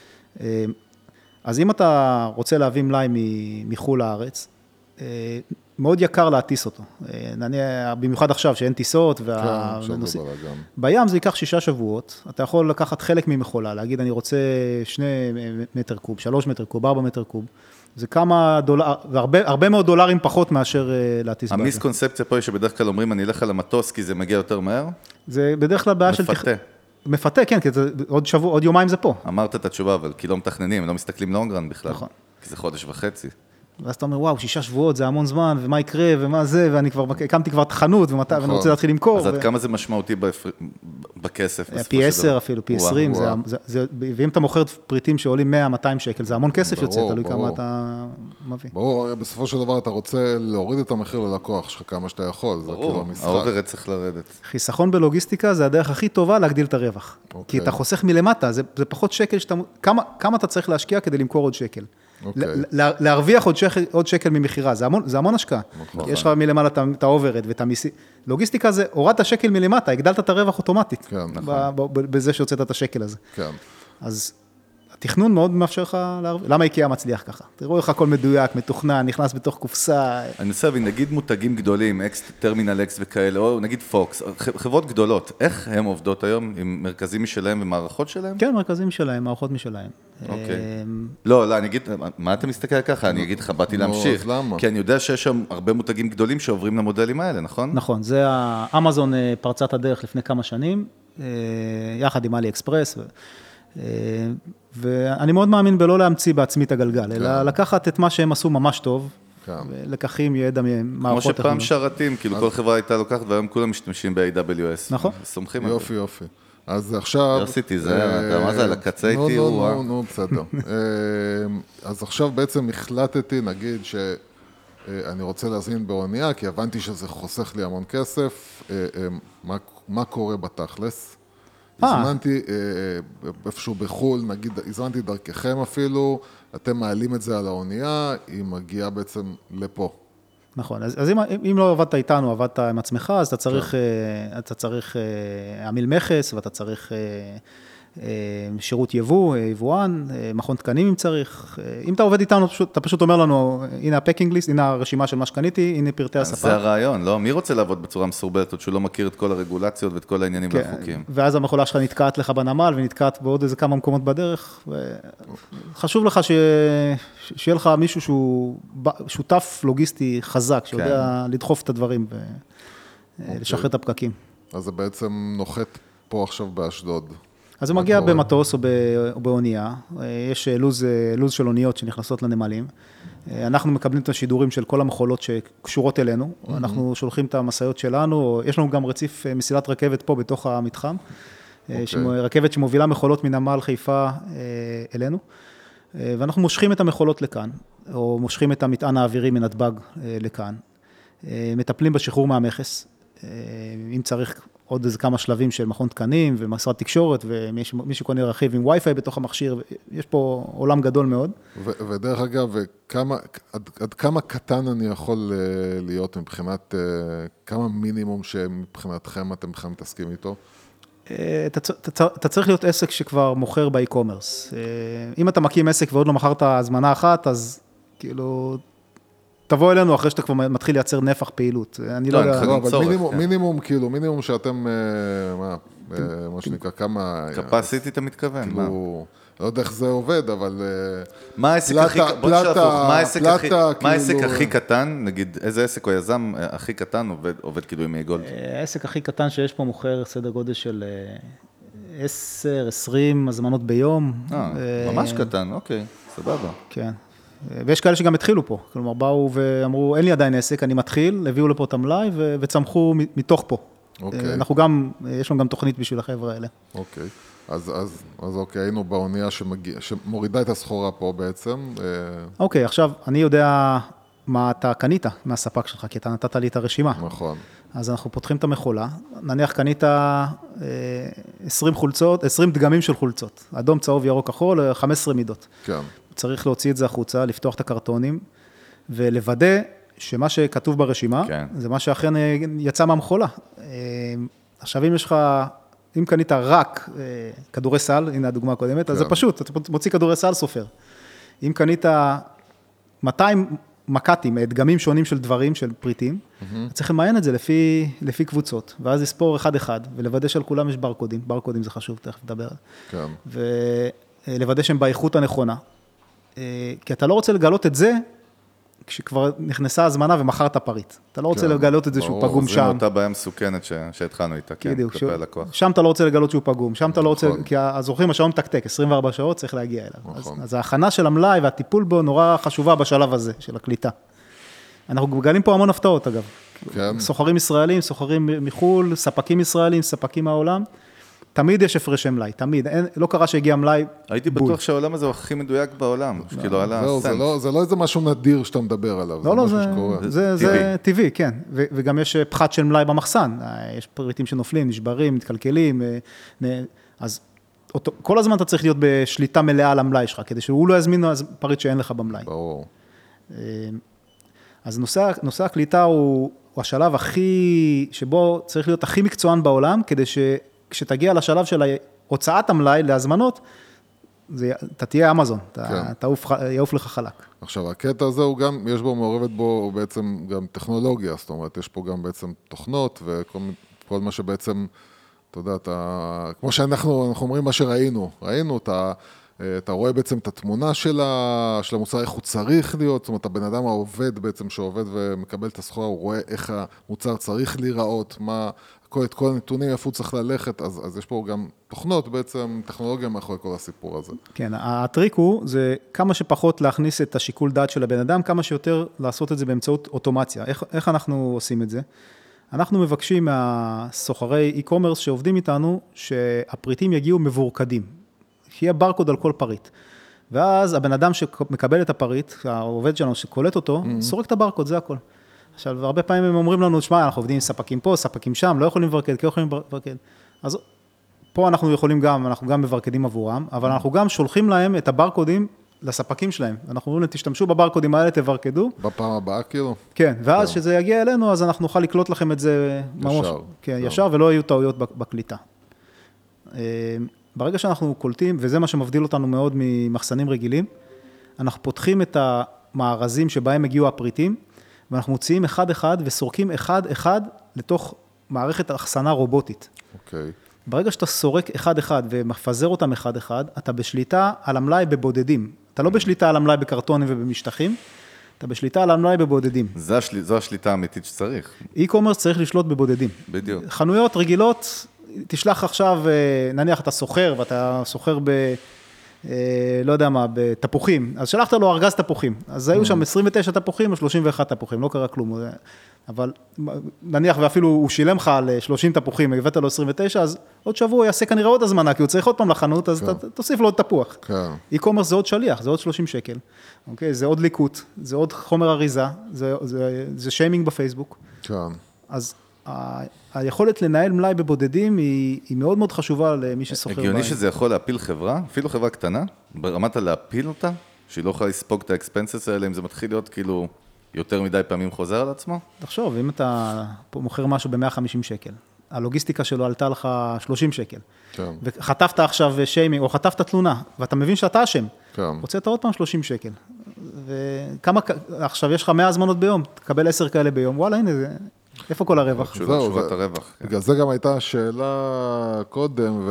אז אם אתה רוצה להביא מלאי מחו"ל לארץ, מאוד יקר להטיס אותו. במיוחד עכשיו שאין טיסות, והנושאים. בים זה ייקח שישה שבועות, אתה יכול לקחת חלק ממכולה, להגיד אני רוצה שני מטר קוב, שלוש מטר קוב, ארבע מטר קוב. זה כמה דולר, והרבה מאוד דולרים פחות מאשר להטיס. המיסקונספציה פה היא שבדרך כלל אומרים אני אלך על המטוס כי זה מגיע יותר מהר? זה בדרך כלל בעיה של... מפתה. מפתה, כן, כי עוד שבוע, עוד יומיים זה פה. אמרת את התשובה, אבל כי לא מתכננים, לא מסתכלים לונגרן בכלל. נכון. כי זה חודש וחצי. ואז אתה אומר, וואו, שישה שבועות, זה המון זמן, ומה יקרה, ומה זה, ואני כבר, הקמתי כבר את החנות, ומתי, ואני רוצה להתחיל למכור. אז עד כמה זה משמעותי בכסף? פי עשר אפילו, פי עשרים, ואם אתה מוכר פריטים שעולים מאה מאתיים שקל, זה המון כסף יוצא, תלוי כמה אתה מביא. ברור, בסופו של דבר אתה רוצה להוריד את המחיר ללקוח שלך כמה שאתה יכול, זה כאילו המשחק. האוברד צריך לרדת. חיסכון בלוגיסטיקה זה הדרך הכי טובה להגדיל את הרווח. כי אתה חוסך מלמטה, זה פחות שקל, כמה אתה צריך להשקיע כדי למכור עוד שקל. להרוויח עוד שקל ממחירה, זה המון השקעה. יש לך מלמעלה את האוברד ואת המיסי. לוגיסטיקה זה, הורדת שקל מלמטה, הגדלת את הרווח אוטומטית. בזה שהוצאת את השקל הזה. אז התכנון מאוד מאפשר לך להרוויח. למה איקאה מצליח ככה? תראו איך הכל מדויק, מתוכנן, נכנס בתוך קופסה. אני רוצה להבין, נגיד מותגים גדולים, טרמינל אקס וכאלה, או נגיד פוקס, חברות גדולות, איך הן עובדות היום עם מרכזים משלהם ומערכות שלהם? כן, מרכזים משלהם, מערכות משלהם. אוקיי. לא, לא, אני אגיד, מה אתה מסתכל ככה? אני אגיד לך, באתי להמשיך. כי אני יודע שיש שם הרבה מותגים גדולים שעוברים למודלים האלה, נכון? נכון, זה האמזון פרצת הדרך לפני כמה שנים, יחד עם אלי אקספרס. ואני מאוד מאמין בלא להמציא בעצמי את הגלגל, אלא לקחת את מה שהם עשו ממש טוב, ולקחים ידע ממערכות. כמו שפעם שרתים, כאילו כל חברה הייתה לוקחת, והיום כולם משתמשים ב-איי דאבליו אס. נכון. סומכים על זה. יופי, יופי. אז עכשיו... לא עשיתי זה, אתה מה זה, על הקצה איתי, נו, נו, נו, בסדר. אז עכשיו בעצם החלטתי, נגיד שאני רוצה להזמין באונייה, כי הבנתי שזה חוסך לי המון כסף, מה קורה בתכלס? הזמנתי איפשהו בחול, נגיד, הזמנתי דרככם אפילו, אתם מעלים את זה על האונייה, היא מגיעה בעצם לפה. נכון, אז, אז אם, אם לא עבדת איתנו, עבדת עם עצמך, אז אתה צריך, אתה צריך עמיל מכס, ואתה צריך שירות יבוא, יבואן, מכון תקנים אם צריך. אם אתה עובד איתנו, אתה פשוט אומר לנו, הנה הפקינג ליסט, הנה הרשימה של מה שקניתי, הנה פרטי הספק. זה הרעיון, לא? מי רוצה לעבוד בצורה מסורבלת, עוד שהוא לא מכיר את כל הרגולציות ואת כל העניינים והחוקים? ואז המכולה שלך נתקעת לך בנמל, ונתקעת בעוד איזה כמה מקומות בדרך. חשוב לך שיהיה לך מישהו שהוא שותף לוגיסטי חזק, שיודע לדחוף את הדברים ולשחרר את הפקקים. אז זה בעצם נוחת פה עכשיו באשדוד. אז זה מגיע במטוס או באונייה, יש לוז, לוז של אוניות שנכנסות לנמלים, אנחנו מקבלים את השידורים של כל המכולות שקשורות אלינו, אנחנו שולחים את המסעיות שלנו, יש לנו גם רציף מסילת רכבת פה בתוך המתחם, רכבת שמובילה מכולות מנמל חיפה אלינו, ואנחנו מושכים את המכולות לכאן, או מושכים את המטען האווירי מנתב"ג לכאן, מטפלים בשחרור מהמכס, אם צריך עוד איזה כמה שלבים של מכון תקנים ומשרד תקשורת, ומישהו קונה רכיב עם וי-פיי בתוך המכשיר, יש פה עולם גדול מאוד. ודרך אגב, עד כמה קטן אני יכול להיות מבחינת, כמה מינימום שמבחינתכם אתם בכלל מתעסקים איתו? אתה צריך להיות עסק שכבר מוכר באי-קומרס. אם אתה מקים עסק ועוד לא מכרת הזמנה אחת, אז כאילו... תבוא אלינו אחרי שאתה כבר מתחיל לייצר נפח פעילות. אני לא יודע... לא, אבל מינימום, כאילו, מינימום שאתם, מה, מה שנקרא, כמה... קפסיטי אתה מתכוון, מה? לא יודע איך זה עובד, אבל... מה העסק הכי... בוא נשאר הפוך, מה העסק הכי קטן, נגיד, איזה עסק או יזם הכי קטן עובד כאילו עם גולד? העסק הכי קטן שיש פה מוכר סדר גודל של עשר עשרים הזמנות ביום. ממש קטן, אוקיי, סבבה. כן. ויש כאלה שגם התחילו פה, כלומר באו ואמרו, אין לי עדיין עסק, אני מתחיל, הביאו לפה את המלאי וצמחו מתוך פה. אוקיי. אנחנו גם, יש לנו גם תוכנית בשביל החבר'ה האלה. אוקיי, אז, אז, אז אוקיי, היינו באונייה שמגיע, שמורידה את הסחורה פה בעצם. אוקיי, עכשיו, אני יודע מה אתה קנית מהספק שלך, כי אתה נתת לי את הרשימה. נכון. אז אנחנו פותחים את המכולה, נניח קנית עשרים חולצות, עשרים דגמים של חולצות, אדום, צהוב, ירוק, כחול, חמש עשרה מידות. כן. צריך להוציא את זה החוצה, לפתוח את הקרטונים, ולוודא שמה שכתוב ברשימה, כן. זה מה שאכן יצא מהמכולה. עכשיו, אם יש לך, אם קנית רק כדורי סל, הנה הדוגמה הקודמת, כן. אז זה פשוט, אתה מוציא כדורי סל, סופר. אם קנית מאתיים מקטים, דגמים שונים של דברים, של פריטים, mm-hmm. צריך למיין את זה לפי, לפי קבוצות, ואז לספור אחד-אחד, ולוודא שעל כולם יש ברקודים, ברקודים זה חשוב, תכף נדבר. כן. ולוודא שהם באיכות הנכונה. כי אתה לא רוצה לגלות את זה, כשכבר נכנסה הזמנה ומכרת פריט. אתה לא רוצה לגלות את זה שהוא פגום שם. זה אותה בעיה מסוכנת שהתחלנו איתה, כן, כלפי הלקוח. שם אתה לא רוצה לגלות שהוא פגום, שם אתה לא רוצה, כי הזוכרים, השעון מתקתק, עשרים וארבע שעות צריך להגיע אליו. אז ההכנה של המלאי והטיפול בו נורא חשובה בשלב הזה, של הקליטה. אנחנו מגלים פה המון הפתעות, אגב. סוחרים ישראלים, סוחרים מחול, ספקים ישראלים, ספקים מהעולם. תמיד יש הפרשי מלאי, תמיד. אין, לא קרה שהגיע מלאי בול. הייתי בטוח שהעולם הזה הוא הכי מדויק בעולם, שכאילו על הסנט. זה לא, זה לא איזה משהו נדיר שאתה מדבר עליו, לא, לא, זה, זה, זה טבעי, כן. ו, וגם יש פחת של מלאי במחסן. יש פריטים שנופלים, נשברים, מתקלקלים. אז אותו, כל הזמן אתה צריך להיות בשליטה מלאה על המלאי שלך, כדי שהוא לא יזמין פריט שאין לך במלאי. ברור. אז נושא, נושא הקליטה הוא, הוא השלב הכי, שבו צריך להיות הכי מקצוען בעולם, כדי ש... כשתגיע לשלב של הוצאת המלאי להזמנות, זה, אתה תהיה אמזון, אתה, כן. אתה יעוף, יעוף לך חלק. עכשיו, הקטע הזה הוא גם, יש בו, מעורבת בו בעצם גם טכנולוגיה, זאת אומרת, יש פה גם בעצם תוכנות, וכל כל מה שבעצם, אתה יודע, אתה, כמו שאנחנו אנחנו אומרים מה שראינו, ראינו, אתה, אתה רואה בעצם את התמונה של, ה, של המוצר, איך הוא צריך להיות, זאת אומרת, הבן אדם העובד בעצם, שעובד ומקבל את הסחורה, הוא רואה איך המוצר צריך להיראות, מה... את כל הנתונים, איפה הוא צריך ללכת, אז, אז יש פה גם תוכנות בעצם, טכנולוגיה מאחורי כל הסיפור הזה. כן, הטריק הוא, זה כמה שפחות להכניס את השיקול דעת של הבן אדם, כמה שיותר לעשות את זה באמצעות אוטומציה. איך, איך אנחנו עושים את זה? אנחנו מבקשים מהסוחרי e-commerce שעובדים איתנו, שהפריטים יגיעו מבורקדים. שיהיה ברקוד על כל פריט. ואז הבן אדם שמקבל את הפריט, העובד שלנו שקולט אותו, mm-hmm. סורק את הברקוד, זה הכל. עכשיו, הרבה פעמים הם אומרים לנו, שמע, אנחנו עובדים עם ספקים פה, ספקים שם, לא יכולים לברקד, כי לא יכולים לברקד. אז פה אנחנו יכולים גם, אנחנו גם מברקדים עבורם, אבל אנחנו גם שולחים להם את הברקודים לספקים שלהם. אנחנו אומרים להם, תשתמשו בברקודים האלה, תברקדו. בפעם הבאה, כאילו? כן, ואז שזה יגיע אלינו, אז אנחנו נוכל לקלוט לכם את זה ממש. ישר. כן, ישר, ולא יהיו טעויות בקליטה. ברגע שאנחנו קולטים, וזה מה שמבדיל אותנו מאוד ממחסנים רגילים, אנחנו פותחים את המארזים שבהם הגיעו הפריטים, ואנחנו מוציאים אחד-אחד וסורקים אחד-אחד לתוך מערכת אחסנה רובוטית. אוקיי. ברגע שאתה סורק אחד-אחד ומפזר אותם אחד-אחד, אתה בשליטה על המלאי בבודדים. אתה לא בשליטה על המלאי בקרטונים ובמשטחים, אתה בשליטה על המלאי בבודדים. זו, השל... זו השליטה האמיתית שצריך. e-commerce צריך לשלוט בבודדים. בדיוק. חנויות רגילות, תשלח עכשיו, נניח אתה סוחר, ואתה סוחר ב... לא יודע מה, בתפוחים, אז שלחת לו ארגז תפוחים, אז היו שם עשרים ותשע תפוחים או שלושים ואחת תפוחים, לא קרה כלום, אבל נניח ואפילו הוא שילם לך על שלושים תפוחים, הבאת לו עשרים ותשע, אז עוד שבוע הוא יעשה כנראה עוד הזמנה, כי הוא צריך עוד פעם לחנות, אז תוסיף לו עוד תפוח. e-commerce זה עוד שליח, זה עוד שלושים שקל, זה עוד ליקוט, זה עוד חומר אריזה, זה שיימינג בפייסבוק. אז היכולת לנהל מלאי בבודדים היא, היא מאוד מאוד חשובה למי שסוחר בהם. הגיוני שזה יכול להפיל חברה, אפילו חברה קטנה, ברמת להפיל אותה, שהיא לא יכולה לספוג את האקספנסס האלה, אם זה מתחיל להיות כאילו יותר מדי פעמים חוזר על עצמו? תחשוב, אם אתה מוכר משהו ב-מאה וחמישים שקל, הלוגיסטיקה שלו עלתה לך שלושים שקל, כן. וחטפת עכשיו שיימינג, או חטפת תלונה, ואתה מבין שאתה אשם, כן. הוצאת עוד פעם שלושים שקל, וכמה, עכשיו יש לך מאה הזמנות ביום, תקבל עשר כאלה ביום, וואלה, הנה זה... איפה כל הרווח? שורת הרווח. בגלל זה גם הייתה שאלה קודם,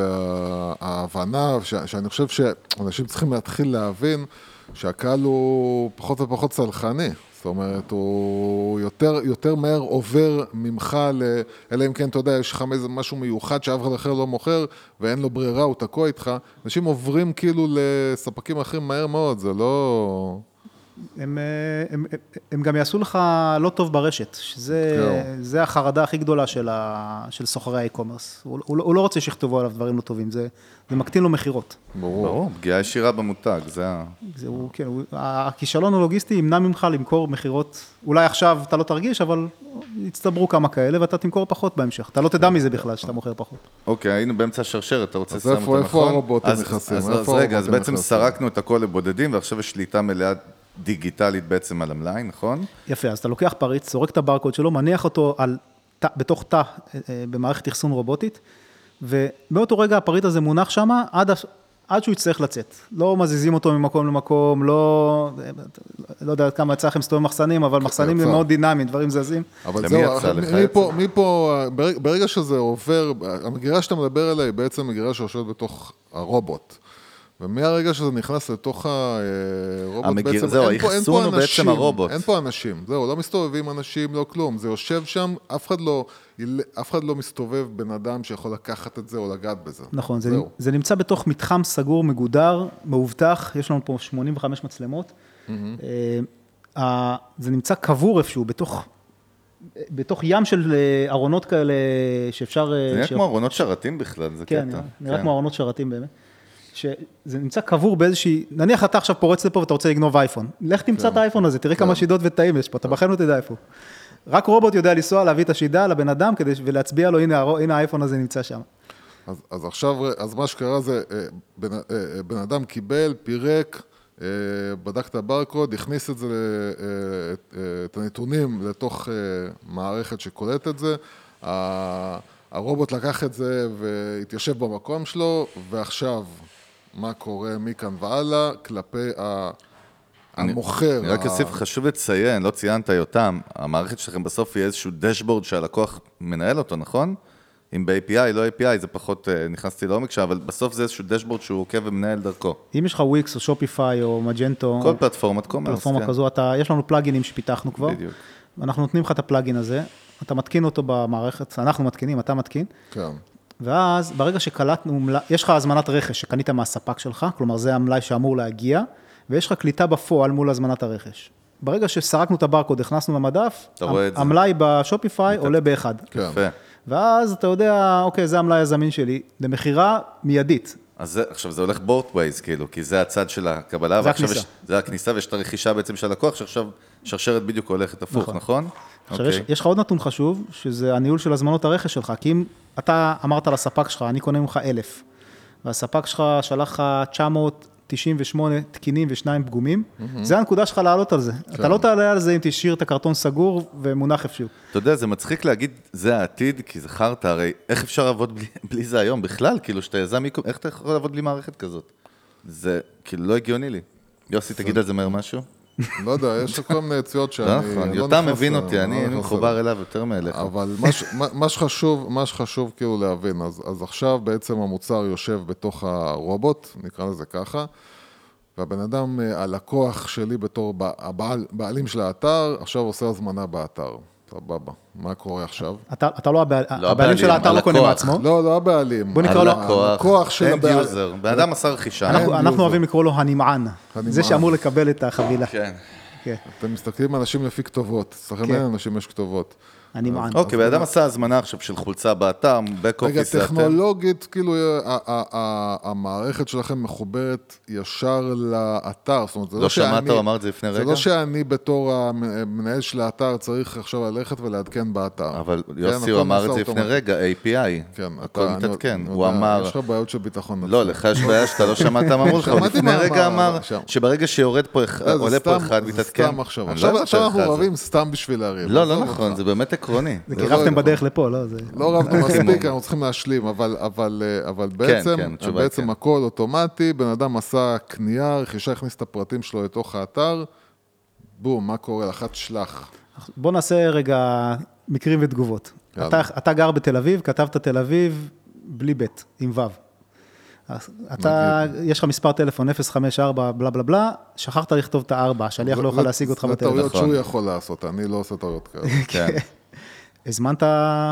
וההבנה, שאני חושב שאנשים צריכים להתחיל להבין, שהקהל הוא פחות ופחות צלחני. זאת אומרת, הוא יותר, יותר מהר עובר ממך, אלא אם כן, אתה יודע, יש לך משהו מיוחד שאף אחד אחר לא מוכר, ואין לו ברירה, הוא תקוע איתך. אנשים עוברים כאילו לספקים אחרים מהר מאוד, זה לא... הם, הם, הם גם יעשו לך לא טוב ברשת, שזה זה החרדה הכי גדולה של, ה, של סוחרי האי-קומרס. הוא, הוא, הוא לא רוצה שיכתבו עליו דברים לא טובים, זה, זה מקטין לו מחירות. ברור, ברור, פגיעה ישירה במותג, זה ה... זה הוא, כן, הוא, הכישלון הלוגיסטי ימנע ממך למכור מחירות, אולי עכשיו אתה לא תרגיש, אבל יצטברו כמה כאלה, ואתה תמכור פחות בהמשך. אתה לא תדע מזה בכלל שאתה מוכר פחות. אוקיי, היינו באמצע השרשרת, אתה רוצה לסיים אותה, נכון? איפה הרובוטים נכנסים? אז רגע, אז בעצם סרקנו את הכל לבודדים, ועכשיו יש שליטה מלאה דיגיטלית בעצם על המלאי, נכון? יפה, אז אתה לוקח פריט, זורק את הברקוד שלו, מניח אותו על, ת, בתוך תא במערכת אחסון רובוטית, ובאותו רגע הפריט הזה מונח שם עד, עד שהוא יצטרך לצאת. לא מזיזים אותו ממקום למקום, לא, לא יודע כמה יצא לכם סתובב מחסנים, אבל מחסנים הם מאוד דינמיים, דברים זזים. אבל זהו, מפה, מפה, ברגע שזה עובר, המגירה שאתה מדבר עליה היא בעצם מגירה שיושבת בתוך הרובוט. ומהרגע שזה נכנס לתוך הרובוט, המגיר, בעצם זהו, אין פה, אין פה האחסון הוא אנשים, בעצם הרובוט. אין פה אנשים, זהו, לא מסתובבים אנשים, לא כלום, זה יושב שם, אף אחד לא, אף אחד לא מסתובב בן אדם שיכול לקחת את זה או לגעת בזה. נכון, זה, זה נמצא בתוך מתחם סגור, מגודר, מאובטח, יש לנו פה שמונים וחמש מצלמות, mm-hmm. זה נמצא קבור איפשהו, בתוך... בתוך ים של ארונות כאלה שאפשר... זה נראה ש... כמו ארונות שרתים בכלל, זה כן, קטע. נראה, נראה כן. כמו ארונות שרתים באמת. שזה נמצא קבור באיזושהי... נניח אתה עכשיו פורץ לפה ואתה רוצה לגנוב אייפון. לך תמצא את האייפון הזה, תראה כמה שידות ותאים יש פה, אתה בחיים לא תדע איפה. רק רובוט יודע לנסוע, להביא את השידה לבן אדם כדי, ולהצביע לו, הנה, הנה האייפון הזה נמצא שם. אז, אז עכשיו, אז מה שקרה זה, בן, בן אדם קיבל, פירק, בדק את הברקוד, הכניס את זה, את הנתונים לתוך מערכת שקולט את זה, הרובוט לקח את זה והתיישב במקום שלו, ועכשיו, מה קורה מכאן והלאה, כלפי המוכר. אני רק אוסיף, חשוב לציין, לא ציינת יותם, המערכת שלכם בסוף היא איזשהו דשבורד שהלקוח מנהל אותו, נכון? אם ב-איי פי איי, לא איי פי איי, זה פחות, נכנסתי לעומק שם, אבל בסוף זה איזשהו דשבורד שהוא עוקב ומנהל דרכו. אם יש לך וויקס או שופיפיי או מג'נטו, כל פלטפורמת קומרס, פלטפורמה כזו, אתה, יש לנו פלאגינים שפיתחנו כבר. בדיוק. אנחנו נותנים לך את הפלאגין הזה, אתה מתקין אותו במערכת, אנחנו מתקינים, אתה מתקין. כן. ואז ברגע שקלטנו, יש לך הזמנת רכש שקנית מהספק שלך, כלומר זה המלאי שאמור להגיע, ויש לך קליטה בפועל מול הזמנת הרכש. ברגע שסרקנו את הברקוד, הכנסנו למדף, המלאי בשופיפיי עולה באחד. יפה. ואז אתה יודע, אוקיי, זה המלאי הזמין שלי, למחירה מיידית. אז זה, עכשיו זה הולך both ways, כאילו, כי זה הצד של הקבלה, זה הכניסה. יש, זה הכניסה, ויש את הרכישה בעצם של הלקוח, שעכשיו שרשרת בדיוק הולכת הפוך, נכון? נכון? עכשיו, יש, יש לך עוד נתון חשוב, שזה הניהול של הזמנות הרכש שלך, כי אם אתה אמרת לספק שלך, אני קונה ממך אלף, והספק שלך שלח לך תשע מאות תשעים ושמונה תקינים ושניים פגומים, זה הנקודה שלך לעלות על זה. אתה לא תעלה על זה אם תשאיר את הקרטון סגור ומונח אפשהו. אתה יודע, זה מצחיק להגיד, זה העתיד, כי זה חרת, הרי איך אפשר לעבוד בלי, בלי זה היום בכלל? כאילו, שאתה יזם, איך אתה יכול לעבוד בלי מערכת כזאת? זה כאילו לא הגיוני לי. יוסי, תגיד על זה מהר משהו? לא יודע, יש לך כל מיני יציאות שאני... נכון, יותם מבין אותי, אני מחובר אליו יותר מאליך. אבל מה שחשוב, מה שחשוב כאילו להבין, אז עכשיו בעצם המוצר יושב בתוך הרובוט, נקרא לזה ככה, והבן אדם, הלקוח שלי בתור הבעלים של האתר, עכשיו עושה הזמנה באתר. סבבה, מה קורה עכשיו? אתה לא הבעלים של האתר, לא קונה מעצמו? לא, לא הבעלים. בוא נקרא לו הלקוח של הבעלים. end user, בן אדם עשה רכישה. אנחנו אוהבים לקרוא לו הנמען, זה שאמור לקבל את החבילה. כן. אתם מסתכלים אנשים לפי כתובות, אצלכם אין אנשים יש כתובות. הנמען. אוקיי, בן אדם עשה הזמנה עכשיו של חולצה באתר, back office. רגע, טכנולוגית, כאילו, המערכת שלכם מחוברת ישר לאתר, זאת אומרת, זה לא שמעת, הוא אמר את זה לפני רגע? זה לא שאני בתור המנהל של האתר צריך עכשיו ללכת ולעדכן באתר. אבל יוסי, הוא אמר את זה לפני רגע, איי פי איי. כן, הכל מתעדכן. הוא אמר... יש לך בעיות של ביטחון. לא, לך יש בעיה שאתה לא שמעת מה אמרו לך, הוא לפני רגע אמר שברגע שיורד פה, עולה פה אחד, מתעדכן. סתם עכשיו. עכשיו אנחנו רבים סתם בשביל להרים. לא, לא נכון, זה באמת עקרוני. זה כי רבתם בדרך לפה, לא? לא רבנו מספיק, אנחנו צריכים להשלים, אבל בעצם הכל אוטומטי, בן אדם עשה קנייה, רכישה, הכניס את הפרטים שלו לתוך האתר, בום, מה קורה? לחת שלח. בוא נעשה רגע מקרים ותגובות. אתה גר בתל אביב, כתבת תל אביב בלי בית, עם וו. אתה, יש לך מספר טלפון אפס חמש ארבע בלה בלה בלה, שכחת לכתוב את הארבע, השליח לא יכול להשיג אותך בטלפון. זה טעויות שהוא יכול לעשות, אני לא עושה טעויות כאלה. כן. הזמנת,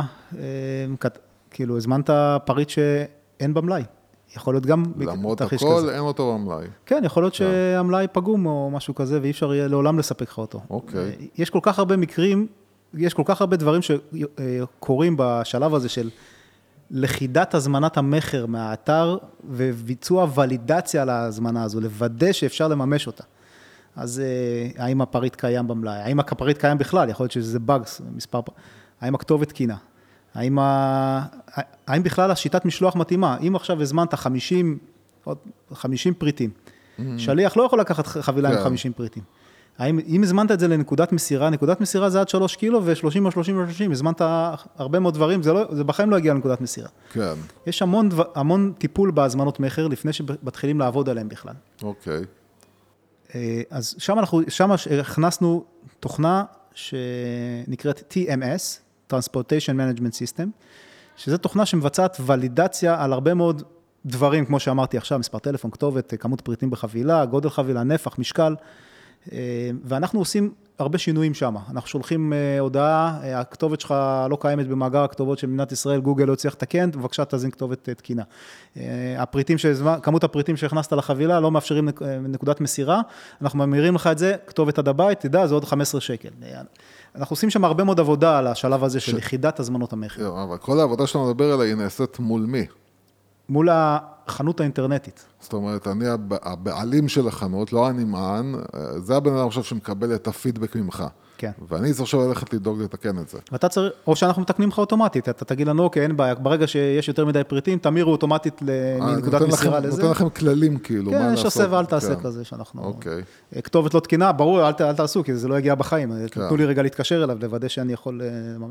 כאילו, הזמנת פריט שאין במלאי. יכול להיות גם למרות הכל, אין אותו במלאי. כן, יכול להיות שהמלאי פגום או משהו כזה, ואי אפשר יהיה לעולם לספק לך אותו. אוקיי. יש כל כך הרבה מקרים, יש כל כך הרבה דברים שקורים בשלב הזה של לכידת הזמנת המחר מהאתר, וביצוע ולידציה על ההזמנה הזו, לוודא שאפשר לממש אותה. אז האם הפריט קיים במלאי? האם הפריט קיים בכלל? יכול להיות שזה באגס, מספר... האם הכתובת תקינה? האם, ה... האם בכלל השיטת משלוח מתאימה? אם עכשיו הזמנת חמישים, חמישים פריטים, mm-hmm. שליח לא יכול לקחת חבילה yeah. עם חמישים פריטים. האם, אם הזמנת את זה לנקודת מסירה, נקודת מסירה זה עד שלוש קילו ו-שלושים או שלושים ושלושים, הזמנת הרבה מאוד דברים, זה, לא, זה בחיים לא הגיע לנקודת מסירה. כן. יש המון, דבר, המון טיפול בהזמנות מחר, לפני שמתחילים לעבוד עליהם בכלל. אוקיי. אז שם אנחנו, שם הכנסנו תוכנה שנקראת טי אם אס, Transportation Management System, שזו תוכנה שמבצעת ולידציה על הרבה מאוד דברים, כמו שאמרתי עכשיו, מספר טלפון, כתובת, כמות פריטים בחבילה, גודל חבילה, נפח, משקל, ואנחנו עושים הרבה שינויים שם. אנחנו שולחים הודעה, הכתובת שלך לא קיימת במאגר הכתובות של מדינת ישראל, גוגל לא צריך לתקן, בבקשה תזין כתובת תקינה. הפריטים, כמות הפריטים שהכנסת לחבילה לא מאפשרים נקודת מסירה, אנחנו ממירים לך את זה, כתובת עד הבית, תדע, זה עוד חמישה עשר שקל. אנחנו עושים שם הרבה מאוד עבודה על השלב הזה של יחידת הזמנות המחיר. אבל כל העבודה שאתה מדבר עליה היא נעשית מול מי? מול החנות האינטרנטית. זאת אומרת, אני הבעלים של החנות, לא הנמען, זה הבן אדם עכשיו שמקבל את הפידבק ממך. כן. ואני צריך עכשיו ללכת לדאוג לתקן את זה. ואתה צריך, או שאנחנו מתקנים לך אוטומטית, אתה תגיד לנו, אוקיי, אין בעיה, ברגע שיש יותר מדי פריטים, תמירו אוטומטית מנקודת מסירה לזה. נותן לכם כללים כאילו, מה לעשות. כן, יש עושה ואל תעשה כזה שאנחנו... כתובת לא תקינה, ברור, אל תעשו, כי זה לא יגיע בחיים. תנו לי רגע להתקשר אליו, לוודא שאני יכול...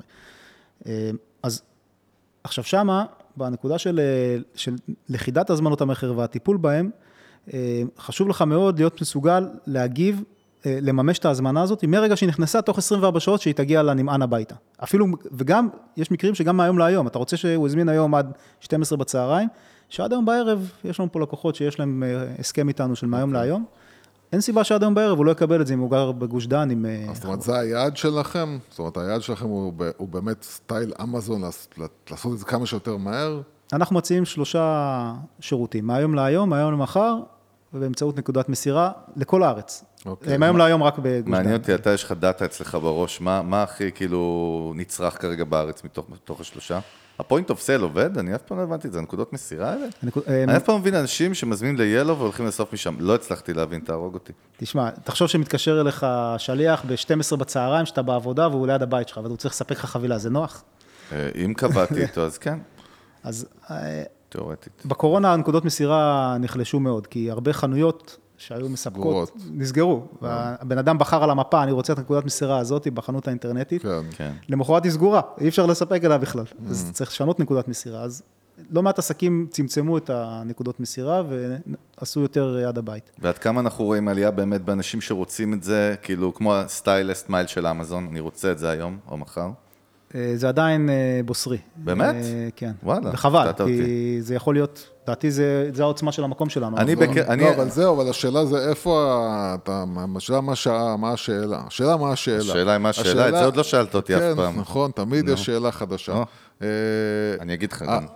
אז עכשיו שמה, בנקודה של, של לכידת הזמנות המחיר והטיפול בהם, חשוב לך מאוד להיות מסוגל להגיב, לממש את ההזמנה הזאת, מרגע שהיא נכנסה תוך עשרים וארבע שעות שהיא תגיע לנמען הביתה. אפילו, וגם, יש מקרים שגם מהיום להיום, אתה רוצה שהוא הזמין היום עד שתים עשרה בצהריים, שעד היום בערב, יש לנו פה לקוחות שיש להם הסכם איתנו של מהיום להיום, אין סיבה שעד היום בערב הוא לא יקבל את זה אם הוא גר בגוש דן עם... זאת אומרת, זה היעד שלכם? זאת אומרת, היעד שלכם הוא, הוא באמת סטייל אמזון, לעשות את זה כמה שיותר מהר? אנחנו מציעים שלושה שירותים, מהיום להיום, מהיום למחר, ובאמצעות נקודת מסירה לכל הארץ. Okay. מהיום להיום רק בגוש דן. מעניין אותי, אתה יש לך דאטה אצלך בראש, מה, מה הכי כאילו נצרך כרגע בארץ מתוך, מתוך השלושה? הפוינט אוף סייל עובד? אני אף פעם לא הבנתי את זה, נקודות מסירה האלה? אני אף פעם מבין אנשים שמזמינים ליאלו והולכים לסוף משם, לא הצלחתי להבין, תהרוג אותי. תשמע, תחשוב שמתקשר אליך שליח ב-שתים עשרה בצהריים, שאתה בעבודה והוא ליד הבית שלך, והוא צריך לספק לך חבילה, זה נוח? אם קבעתי איתו, אז כן. אז... תיאורטית. בקורונה הנקודות מסירה נחלשו מאוד, כי הרבה חנויות שהיו מספקות, נסגרו. והבן אדם בחר על המפה, אני רוצה את נקודת מסירה הזאת בחנות האינטרנטית. כן. למחרת היא סגורה, אי אפשר לספק אליה בכלל. אז צריך לשנות נקודת מסירה. אז לא מעט עסקים צמצמו את הנקודות מסירה ועשו יותר יד הבית. ועד כמה אנחנו רואים עלייה באמת באנשים שרוצים את זה, כאילו כמו הסטיילסט מייל של אמזון, אני רוצה את זה היום או מחר? זה עדיין בוסרי. באמת? כן. וואלה. וחבל, כי זה יכול להיות, דעתי זה העוצמה של המקום שלנו. אני בקר... לא, אבל זהו, אבל השאלה זה איפה אתה... השאלה מה השאלה? השאלה מה השאלה? השאלה היא מה השאלה? את זה עוד לא שאלת אותי אף פעם. כן, נכון, תמיד יש שאלה חדשה. אני אגיד לך גם.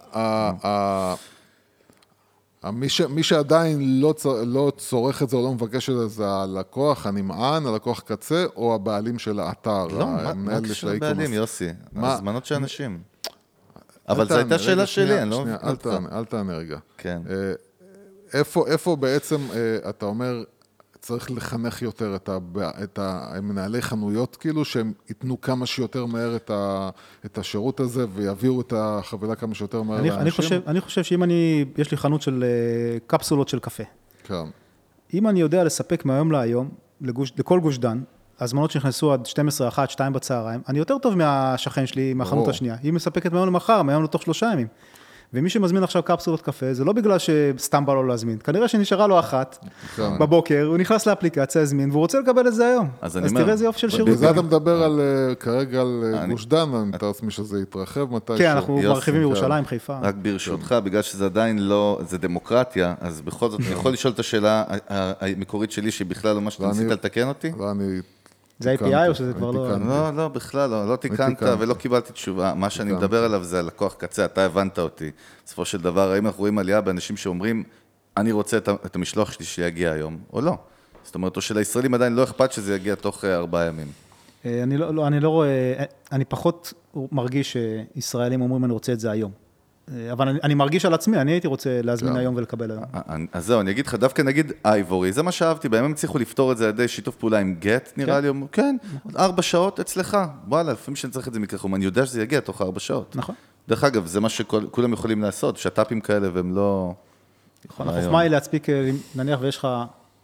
מי, ש, מי שעדיין לא, לא צורך את זה או לא מבקש את זה, זה הלקוח הנמען, הלקוח קצה, או הבעלים של האתר. לא, מה קשור הבעלים, יוסי? הזמנות של אנשים. אבל זו הייתה שאלה שלי, אני לא... אל תענה רגע. כן. איפה, איפה בעצם אתה אומר, צריך לחנך יותר את, הבע... את המנהלי חנויות, כאילו, שהם ייתנו כמה שיותר מהר את, ה... את השירות הזה, ויביאו את החבילה כמה שיותר מהר אני, לאנשים? אני חושב, אני חושב שאם אני, יש לי חנות של קפסולות של קפה. כן. אם אני יודע לספק מהיום להיום, לגוש, לכל גוש דן, הזמנות שנכנסו עד שתים עשרה, אחת, שתיים בצהריים, אני יותר טוב מהשכן שלי, מהחנות השנייה. היא מספקת מהיום למחר, מהיום לתוך שלושה ימים. ומי שמזמין עכשיו קפסולות קפה, זה לא בגלל שסתם בא לו להזמין. כנראה שנשארה לו אחת בבוקר, הוא נכנס לאפליקציה, הזמין, והוא רוצה לקבל את זה היום. אז תראה איזה יופי של שירות. בזה אתה מדבר כרגע על גוש דן, אני מתאר לעצמי שזה יתרחב מתי. כן, אנחנו מרחיבים ירושלים, חיפה. רק ברשותך, בגלל שזה עדיין לא, זה דמוקרטיה, אז בכל זאת, אני יכול לשאול את השאלה המקורית שלי, שהיא בכלל לא מה שאתה ניסית לתקן אותי? לא, אני... זה איי פי איי או שזה כבר לא... לא, לא, בכלל לא, לא תיקנת ולא קיבלתי תשובה. מה שאני מדבר עליו זה הלקוח קצה, אתה הבנת אותי. בסופו של דבר, האם אנחנו רואים עלייה באנשים שאומרים, אני רוצה את המשלוח שלי שיגיע היום, או לא? זאת אומרת, או שלישראלים עדיין לא אכפת שזה יגיע תוך ארבעה ימים. אני לא, אני לא רואה, אני פחות מרגיש שישראלים אומרים, אני רוצה את זה היום. אבל אני, אני מרגיש על עצמי, אני הייתי רוצה להזמין היום ולקבל היום. אז זהו, אני אגיד לך, דווקא נגיד אייבורי, זה מה שאהבתי, בהם הם הצליחו לפתור את זה על ידי שיתוף פעולה עם גט, נראה לי, כן, ארבע שעות אצלך, וואלה, לפעמים שאני צריך את זה מכרחום, אני יודע שזה יגיע תוך ארבע שעות. נכון. דרך אגב, זה מה שכולם יכולים לעשות, שטאפים כאלה והם לא... נכון, החוכמה היא להצפיק, נניח ויש לך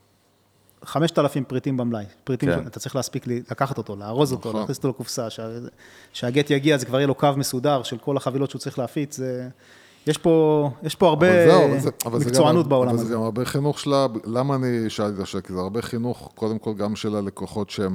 חמשת אלפים פריטים במלאי, פריטים, אתה צריך להספיק לקחת אותו, לארוז אותו, להכניס אותו לקופסה, שהגט יגיע, זה כבר יהיה לו קו מסודר של כל החבילות שהוא צריך להפיץ, יש פה, יש פה הרבה מקצוענות בעולם הזה. אבל זה גם הרבה חינוך שלה, למה אני שאלתי את השאלה? כי זה הרבה חינוך, קודם כל גם של הלקוחות שהם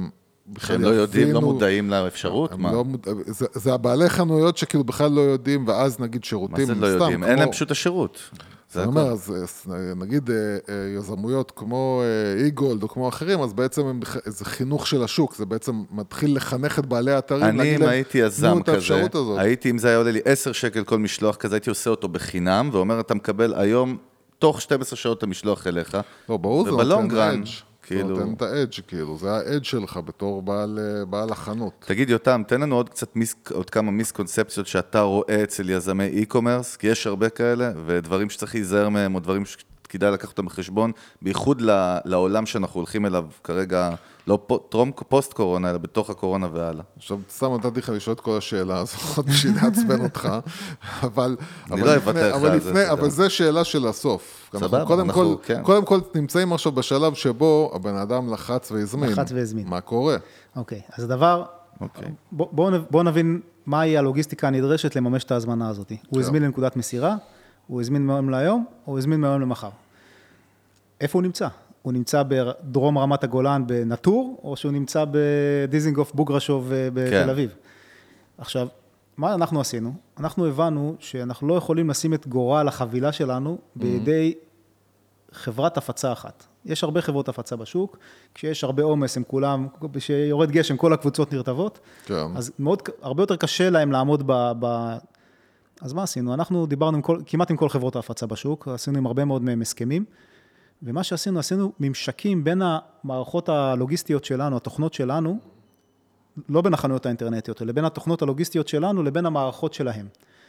בכלל הם לא יודעים, לא מודעים לאפשרות? מה? לא מוד... זה, זה הבעלי חנויות שכאילו בכלל לא יודעים, ואז נגיד שירותים. מה זה לא יודעים? כמו... אין להם פשוט השירות. זה אומר, אז נגיד יזמויות כמו אי-גולד או כמו אחרים, אז בעצם זה חינוך של השוק, זה בעצם מתחיל לחנך את בעלי האתרים. אני, אם הייתי יזם כזה, הייתי, אם זה היה עולה לי עשר שקל כל משלוח כזה, הייתי עושה אותו בחינם, ואומר, אתה מקבל היום, תוך שתים עשרה שעות המשלוח אליך, לא, ברור, ובלונגרן, כאילו... זה נותן את האדג' כאילו, זה האדג' שלך בתור בעל, בעל החנות. תגיד יותם, תן לנו עוד קצת, מיס, עוד כמה מיסקונספציות שאתה רואה אצל יזמי אי-קומרס, כי יש הרבה כאלה, ודברים שצריך להיזהר מהם, או דברים שכדאי לקחת אותם בחשבון, בייחוד לעולם שאנחנו הולכים אליו כרגע, לא טרום פוסט קורונה, אלא בתוך הקורונה והלאה. עכשיו, סתם נתתי לך לשאול את כל השאלה הזאת, בשביל להצבן אותך, אבל... אני לא אוותר לך על זה. אבל זה שאלה של הסוף. סבבה, אנחנו, קודם כל, נמצאים עכשיו בשלב שבו הבן אדם לחץ והזמין. לחץ והזמין. מה קורה? אוקיי, אז הדבר... בואו נבין מהי הלוגיסטיקה הנדרשת לממש את ההזמנה הזאת. הוא הזמין לנקודת מסירה, הוא הזמין מהיום להיום, או הוא הזמין מהיום למחר. איפה הוא נמצא? הוא נמצא בדרום רמת הגולן בנטור, או שהוא נמצא בדיזינגוף בוגרשוב בתל אביב. עכשיו, מה אנחנו עשינו? אנחנו הבנו שאנחנו לא יכולים לשים את גורל החבילה שלנו בידי חברת הפצה אחת. יש הרבה חברות הפצה בשוק, כשיש הרבה עומס, הם כולם, כשיורד גשם, כל הקבוצות נרטבות, אז מאוד, הרבה יותר קשה להם לעמוד ב... ב... אז מה עשינו? אנחנו דיברנו עם כל, כמעט עם כל חברות ההפצה בשוק, עשינו עם הרבה מאוד מהם הסכמים, ומה שעשינו, עשינו ממשקים בין המערכות הלוגיסטיות שלנו, התוכנות שלנו, לא בין החנויות האינטרנטיות, אלא בין התוכנות הלוגיסטיות שלנו לבין המערכות שלהם.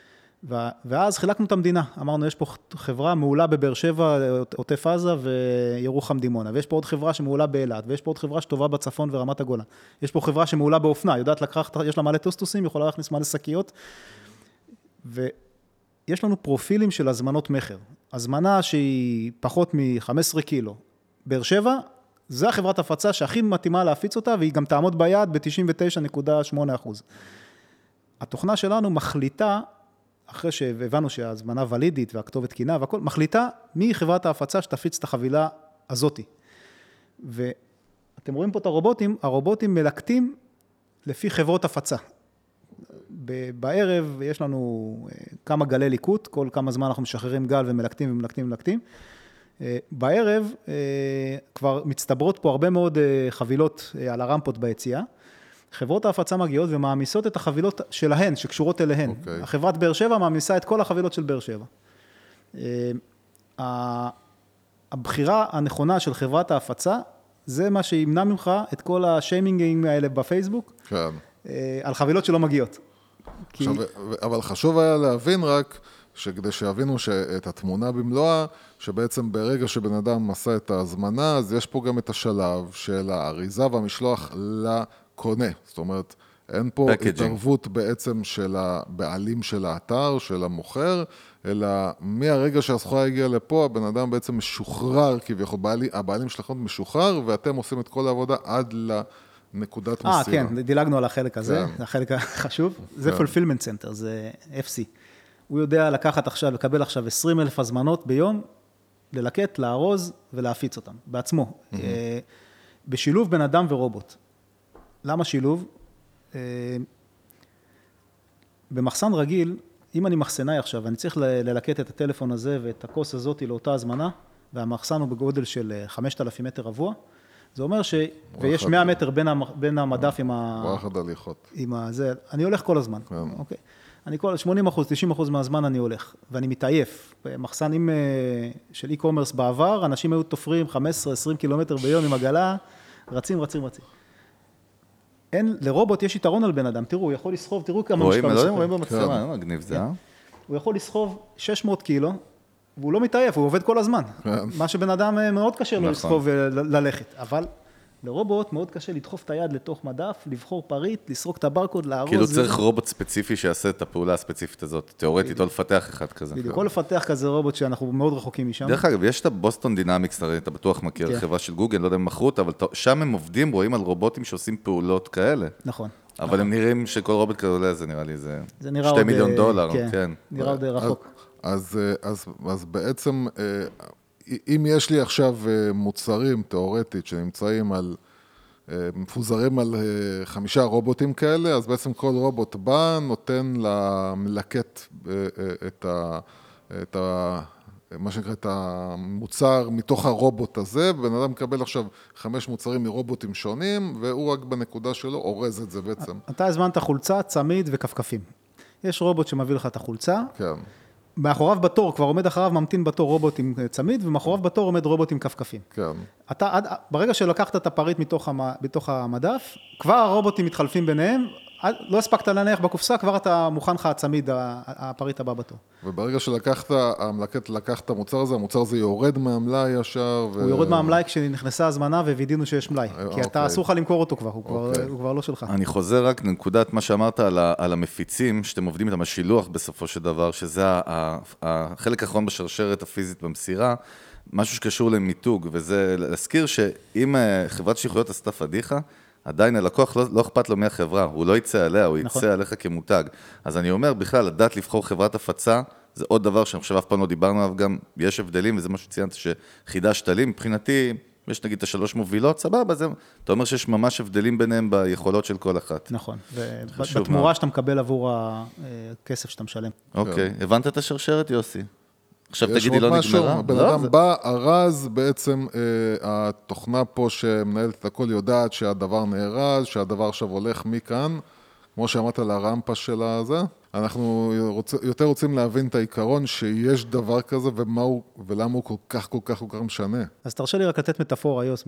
ואז חילקנו את המדינה, אמרנו, יש פה חברה מעולה בבאר שבע, עוטף עזה וירוחם דימונה, ויש פה עוד חברה שמעולה באילת, ויש פה עוד חברה שטובה בצפון ורמת הגולן. יש פה חברה שמעולה באופנה, יודעת לקחת, יש לה מלא טוסטוסים, יכולה להכניס מלא שקיות, ויש לנו פרופילים של הזמנות מחר. הזמנה שהיא פחות מ-חמישה עשר קילו, באר שבע, זה החברת הפצה שהכי מתאימה להפיץ אותה, והיא גם תעמוד ביד ב-תשעים ותשע נקודה שמונה אחוז. התוכנה שלנו מחליטה, אחרי שהבנו שהזמנה ולידית והכתובת תקינה והכל, מחליטה מי חברת ההפצה שתפיץ את החבילה הזאת. ואתם רואים פה את הרובוטים, הרובוטים מלקטים לפי חברות הפצה. בערב יש לנו כמה גלי ליקוט, כל כמה זמן אנחנו משחררים גל ומלקטים ומלקטים ומלקטים. בערב כבר מצטברות פה הרבה מאוד חבילות על הרמפות ביציאה. חברות ההפצה מגיעות ומעמיסות את החבילות שלהן, שקשורות אליהן. Okay. החברת באר שבע מעמיסה את כל החבילות של באר שבע. הבחירה הנכונה של חברת ההפצה, זה מה שימנע ממך את כל השיימינגים האלה בפייסבוק, כן. על חבילות שלא מגיעות. עכשיו, כי... אבל חשוב היה להבין רק, שכדי שיבינו את התמונה במלואה, שבעצם ברגע שבן אדם עשה את ההזמנה, אז יש פה גם את השלב של האריזה והמשלוח לקונה. זאת אומרת, אין פה Packaging. התערבות בעצם של הבעלים של האתר, של המוכר, אלא מהרגע שהסחורה הגיעה לפה, הבן אדם בעצם משוחרר, כביכול, הבעלים של החנות משוחרר, ואתם עושים את כל העבודה עד לנקודת מסירה. אה, כן, דילגנו על החלק הזה, כן. החלק החשוב. זה כן. Fulfillment Center, זה אף סי. הוא יודע לקחת עכשיו, לקבל עכשיו עשרים אלף הזמנות ביום, ללקט, לארוז ולהפיץ אותם, בעצמו. Mm-hmm. בשילוב בין אדם ורובוט. למה שילוב? במחסן רגיל, אם אני מחסנאי עכשיו, אני צריך ללקט את הטלפון הזה ואת הכוס הזאת לאותה הזמנה, והמחסן הוא בגודל של חמשת אלפים מטר רבוע, זה אומר ש... ויש מאה מטר בין, המ... בין המדף עם ה... וואחד הליכות. עם ה... זה... אני הולך כל הזמן. כן. אוקיי. אני כל... שמונים אחוז, תשעים אחוז מהזמן אני הולך, ואני מתעייף. במחסנים של אי-קומרס בעבר, אנשים היו תופרים חמש עשרה עשרים קילומטר ביום עם עגלה, רצים, רצים, רצים. אין, לרובוט יש יתרון על בן אדם, תראו, הוא יכול לסחוב, תראו כמה משקל מסחוב. רואים במצלמה, לא מגניב זה, אה? הוא יכול לסחוב שש מאות קילו, והוא לא מתעייף, הוא עובד כל הזמן. מה שבן אדם מאוד קשה לו לסחוב וללכת, אבל לרובוט מאוד קשה לדחוף את היד לתוך מדף, לבחור פריט, לסרוק את הברקוד, לארוז. כאילו צריך רובוט ספציפי שיעשה את הפעולה הספציפית הזאת, תיאורטית, או לפתח אחד כזה. בדיוק, או לפתח כזה רובוט שאנחנו מאוד רחוקים משם. דרך אגב, יש את הבוסטון דינמיקס, אתה בטוח מכיר, חברה של גוגל, לא יודע אם מכרו אותה, אבל שם הם עובדים, רואים על רובוטים שעושים פעולות כאלה. נכון. אבל הם נראים שכל רובוט כזה עולה, זה נראה לי, זה שתי מיליון דולר, כן. נראה עוד רחוק. אז בעצם, אם יש לי עכשיו מוצרים תיאורטית שנמצאים על מפוזרים על חמישה רובוטים כאלה, אז בעצם כל רובוט בא, נותן למלקט את ה... את ה... מה שנקרא את המוצר מתוך הרובוט הזה, ובן אדם מקבל עכשיו חמש מוצרים מרובוטים שונים, והוא רק בנקודה שלו אורז את זה בעצם. אתה הזמנת חולצה, צמיד וכפכפים. יש רובוט שמביא לך את החולצה. כן. מאחוריו בתור, כבר עומד אחריו, ממתין בתור רובוט עם צמיד, ומאחוריו בתור עומד רובוט עם כפכפים. כן. אתה, ברגע שלקחת את הפריט מתוך, מתוך המדף, כבר הרובוטים מתחלפים ביניהם, לא הספקת להניח בקופסה, כבר אתה מוכן לך הצמיד, הפריט הבא בתור. וברגע שלקחת, המלקט לקח את המוצר הזה, המוצר הזה יורד מהמלאי ישר. ו... הוא יורד מהמלאי כשנכנסה הזמנה ווידינו שיש מלאי. כי אוקיי. אתה אסור לך למכור אותו כבר, הוא, אוקיי. כבר, הוא כבר לא שלך. אני חוזר רק לנקודת מה שאמרת על, ה, על המפיצים, שאתם עובדים איתם, השילוח בסופו של דבר, שזה החלק האחרון בשרשרת הפיזית במסירה, משהו שקשור למיתוג, וזה להזכיר שאם חברת שליחויות עשתה פדיחה, עדיין הלקוח לא, לא אכפת לו מהחברה, הוא לא יצא עליה, הוא נכון. יצא עליך כמותג. אז אני אומר, בכלל, לדעת לבחור חברת הפצה, זה עוד דבר שאני חושב אף פעם לא דיברנו עליו, גם יש הבדלים, וזה מה שציינת שחידשת לי. מבחינתי, יש נגיד את השלוש מובילות, סבבה, זה, אתה אומר שיש ממש הבדלים ביניהם ביכולות של כל אחת. נכון, ובתמורה שאתה מקבל עבור הכסף שאתה משלם. אוקיי, הבנת את השרשרת, יוסי? עכשיו תגידי לא נגמרה. בן אדם בא, ארז, בעצם התוכנה פה שמנהלת את הכל יודעת שהדבר נארז, שהדבר עכשיו הולך מכאן, כמו שאמרת על הרמפה של הזה. אנחנו יותר רוצים להבין את העיקרון שיש דבר כזה ומהו, ולמה הוא כל כך כל כך כל כך משנה. אז תרשה לי רק לתת מטאפורה, יוס,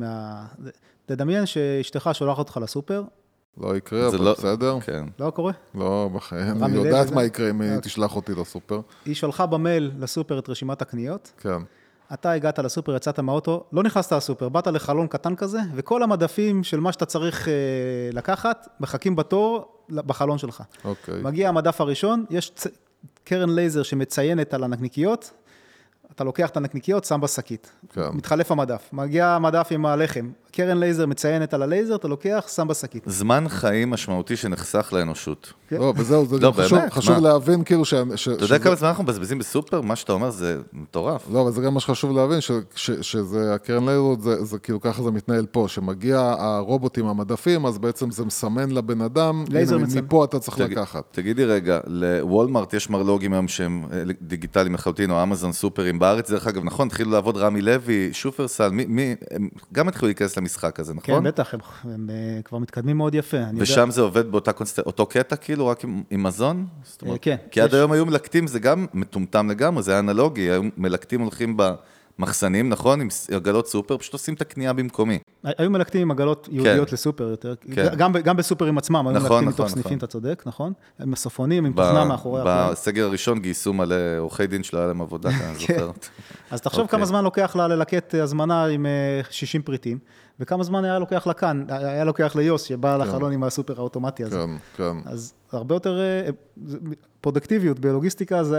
לדמיין שאשתך שולחת אותך לסופר, לא יקרה, אבל בסדר. לא קורה? לא, בחיים. אני יודעת מה יקרה אם היא תשלח אותי לסופר. היא שלחה במייל לסופר את רשימת הקניות. כן. אתה הגעת לסופר, יצאת מהאוטו, לא נכנסת לסופר, באת לחלון קטן כזה, וכל המדפים של מה שאתה צריך לקחת, מחכים בתור בחלון שלך. אוקיי. מגיע המדף הראשון, יש קרן לייזר שמציינת על הנקניקיות, אתה לוקח את הנקניקיות, שם בשקית. כן. מתחלף המדף. מגיע המדף עם הלחם. קרן לייזר מציינת על הלייזר, אתה לוקח, שם בשקית. זמן חיים משמעותי שנחסך לאנושות. כן. לא, וזהו, זה לא, חשוב, באמת, חשוב להבין כאילו ש... ש אתה יודע כמה זמן אנחנו מבזבזים בסופר? מה שאתה אומר זה מטורף. לא, אבל זה גם מה שחשוב להבין, ש, ש, שזה, הקרן לייזר, זה, זה כאילו ככה זה מתנהל פה, שמגיע הרובוט עם המדפים, אז בעצם זה מסמן לבן אדם, הנה, מפה אתה צריך תג, לקחת. תגידי רגע, לוולמרט יש מרלוגים היום שהם דיגיטליים לחלוטין, או אמזון סופרים בארץ, דרך אגב, נכון, התחילו לעבוד רמי לוי, שופרסל, מי, מי, הם גם התחילו להיכנס למשחק הזה, נכון? כן, בטח, הם, הם, הם כבר מתקדמים מאוד יפה. ושם יודע... זה עובד באותה קונסט... אותו קטע, כאילו, רק עם, עם מזון? אומרת, כן. כי יש... עד היום היו מלקטים, זה גם מטומטם לגמרי, זה אנלוגי, היו מלקטים הולכים במחסנים, נכון? עם עגלות סופר, פשוט עושים את הקנייה במקומי. היו מלקטים עם עגלות יהודיות כן. לסופר יותר, כן. גם, גם בסופרים עצמם, היו נכון, מלקטים נכון, מתוך נכון. סניפים, אתה צודק, נכון? עם מסופונים, עם תוכנה מאחורי. בסגר הראשון גייסו מלא עורכי דין שלא היה להם עבודה, אני זוכרת. אז תחשוב כמה זמן לוקח לה ללקט הזמנה עם שישים פריטים, וכמה זמן היה לוקח לכאן, היה לוקח ליוס, שבא לחלון עם הסופר האוטומטי הזה. כן, כן. אז הרבה יותר פרודקטיביות בלוגיסטיקה, זה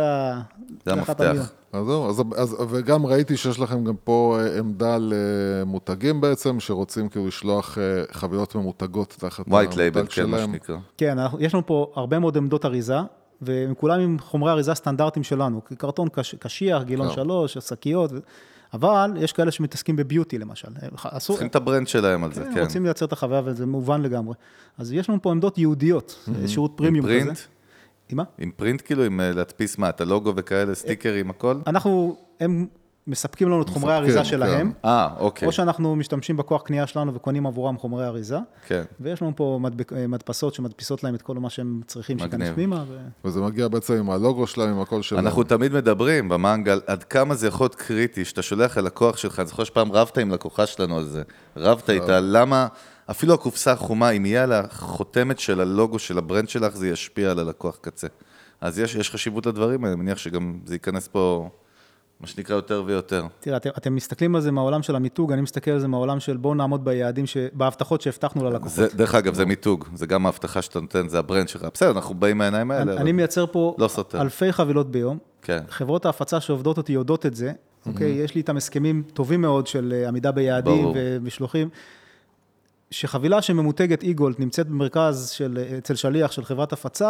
המפתח. אז זהו, וגם ראיתי שיש לכם גם פה עמדה למותגים בעצם, שרוצים כאילו לשלוח חבילות ממותגות תחת המותג שלהם. כן, יש לנו פה הרבה מאוד עמדות אריזה, וכולם עם חומרי אריזה סטנדרטיים שלנו, קרטון קשיח, גילון שלוש, שקיות, אבל יש כאלה שמתעסקים בביוטי למשל. צריכים את הברנד שלהם על זה, כן. רוצים לייצר את החוויה וזה מובן לגמרי. אז יש לנו פה עמדות יהודיות, שירות פרימיום כזה. עם פרינט? עם מה? עם פרינט כאילו, עם להדפיס מה, את הלוגו וכאלה, סטיקרים, הכל? אנחנו, הם מספקים לנו את חומרי האריזה שלהם. אה, אוקיי. או שאנחנו משתמשים בכוח קנייה שלנו וקונים עבורם חומרי האריזה. כן. ויש לנו פה מדפסות שמדפיסות להם את כל מה שהם צריכים שכנס פנימה. וזה מגיע בעצם עם הלוגו שלהם, עם הכל שלהם. אנחנו תמיד מדברים במנגל, עד כמה זה יכול להיות קריטי, שאתה שולח אל לקוח שלך, אני זוכר שפעם רבת עם לקוחה שלנו על זה, רבת איתה, למה, אפילו הקופסה החומה, אם יהיה לה חותמת של הלוגו של הברנד שלך, זה ישפיע על הלקוח קצה. אז יש, יש חשיבות לדברים, אני מניח שגם זה ייכנס פה, מה שנקרא יותר ויותר. תראה, אתם, אתם מסתכלים על זה מהעולם של המיתוג, אני מסתכל על זה מהעולם של בואו נעמוד ביעדים, בהבטחות שהבטחנו ללקוחות. זה, דרך אגב, זה מיתוג, זה גם ההבטחה שאתה נותן, זה הברנד שלך. בסדר, אנחנו באים מהעיניים האלה. אני, אני מייצר פה לא אלפי חבילות ביום. כן. חברות ההפצה שעובדות אותי יודעות את זה. Mm-hmm. אוקיי, יש לי איתם הסכמים טובים מאוד של עמידה ביעדים ברור. ומשלוחים. שחבילה שממותגת איגולט נמצאת במרכז של, אצל שליח של חברת הפצה,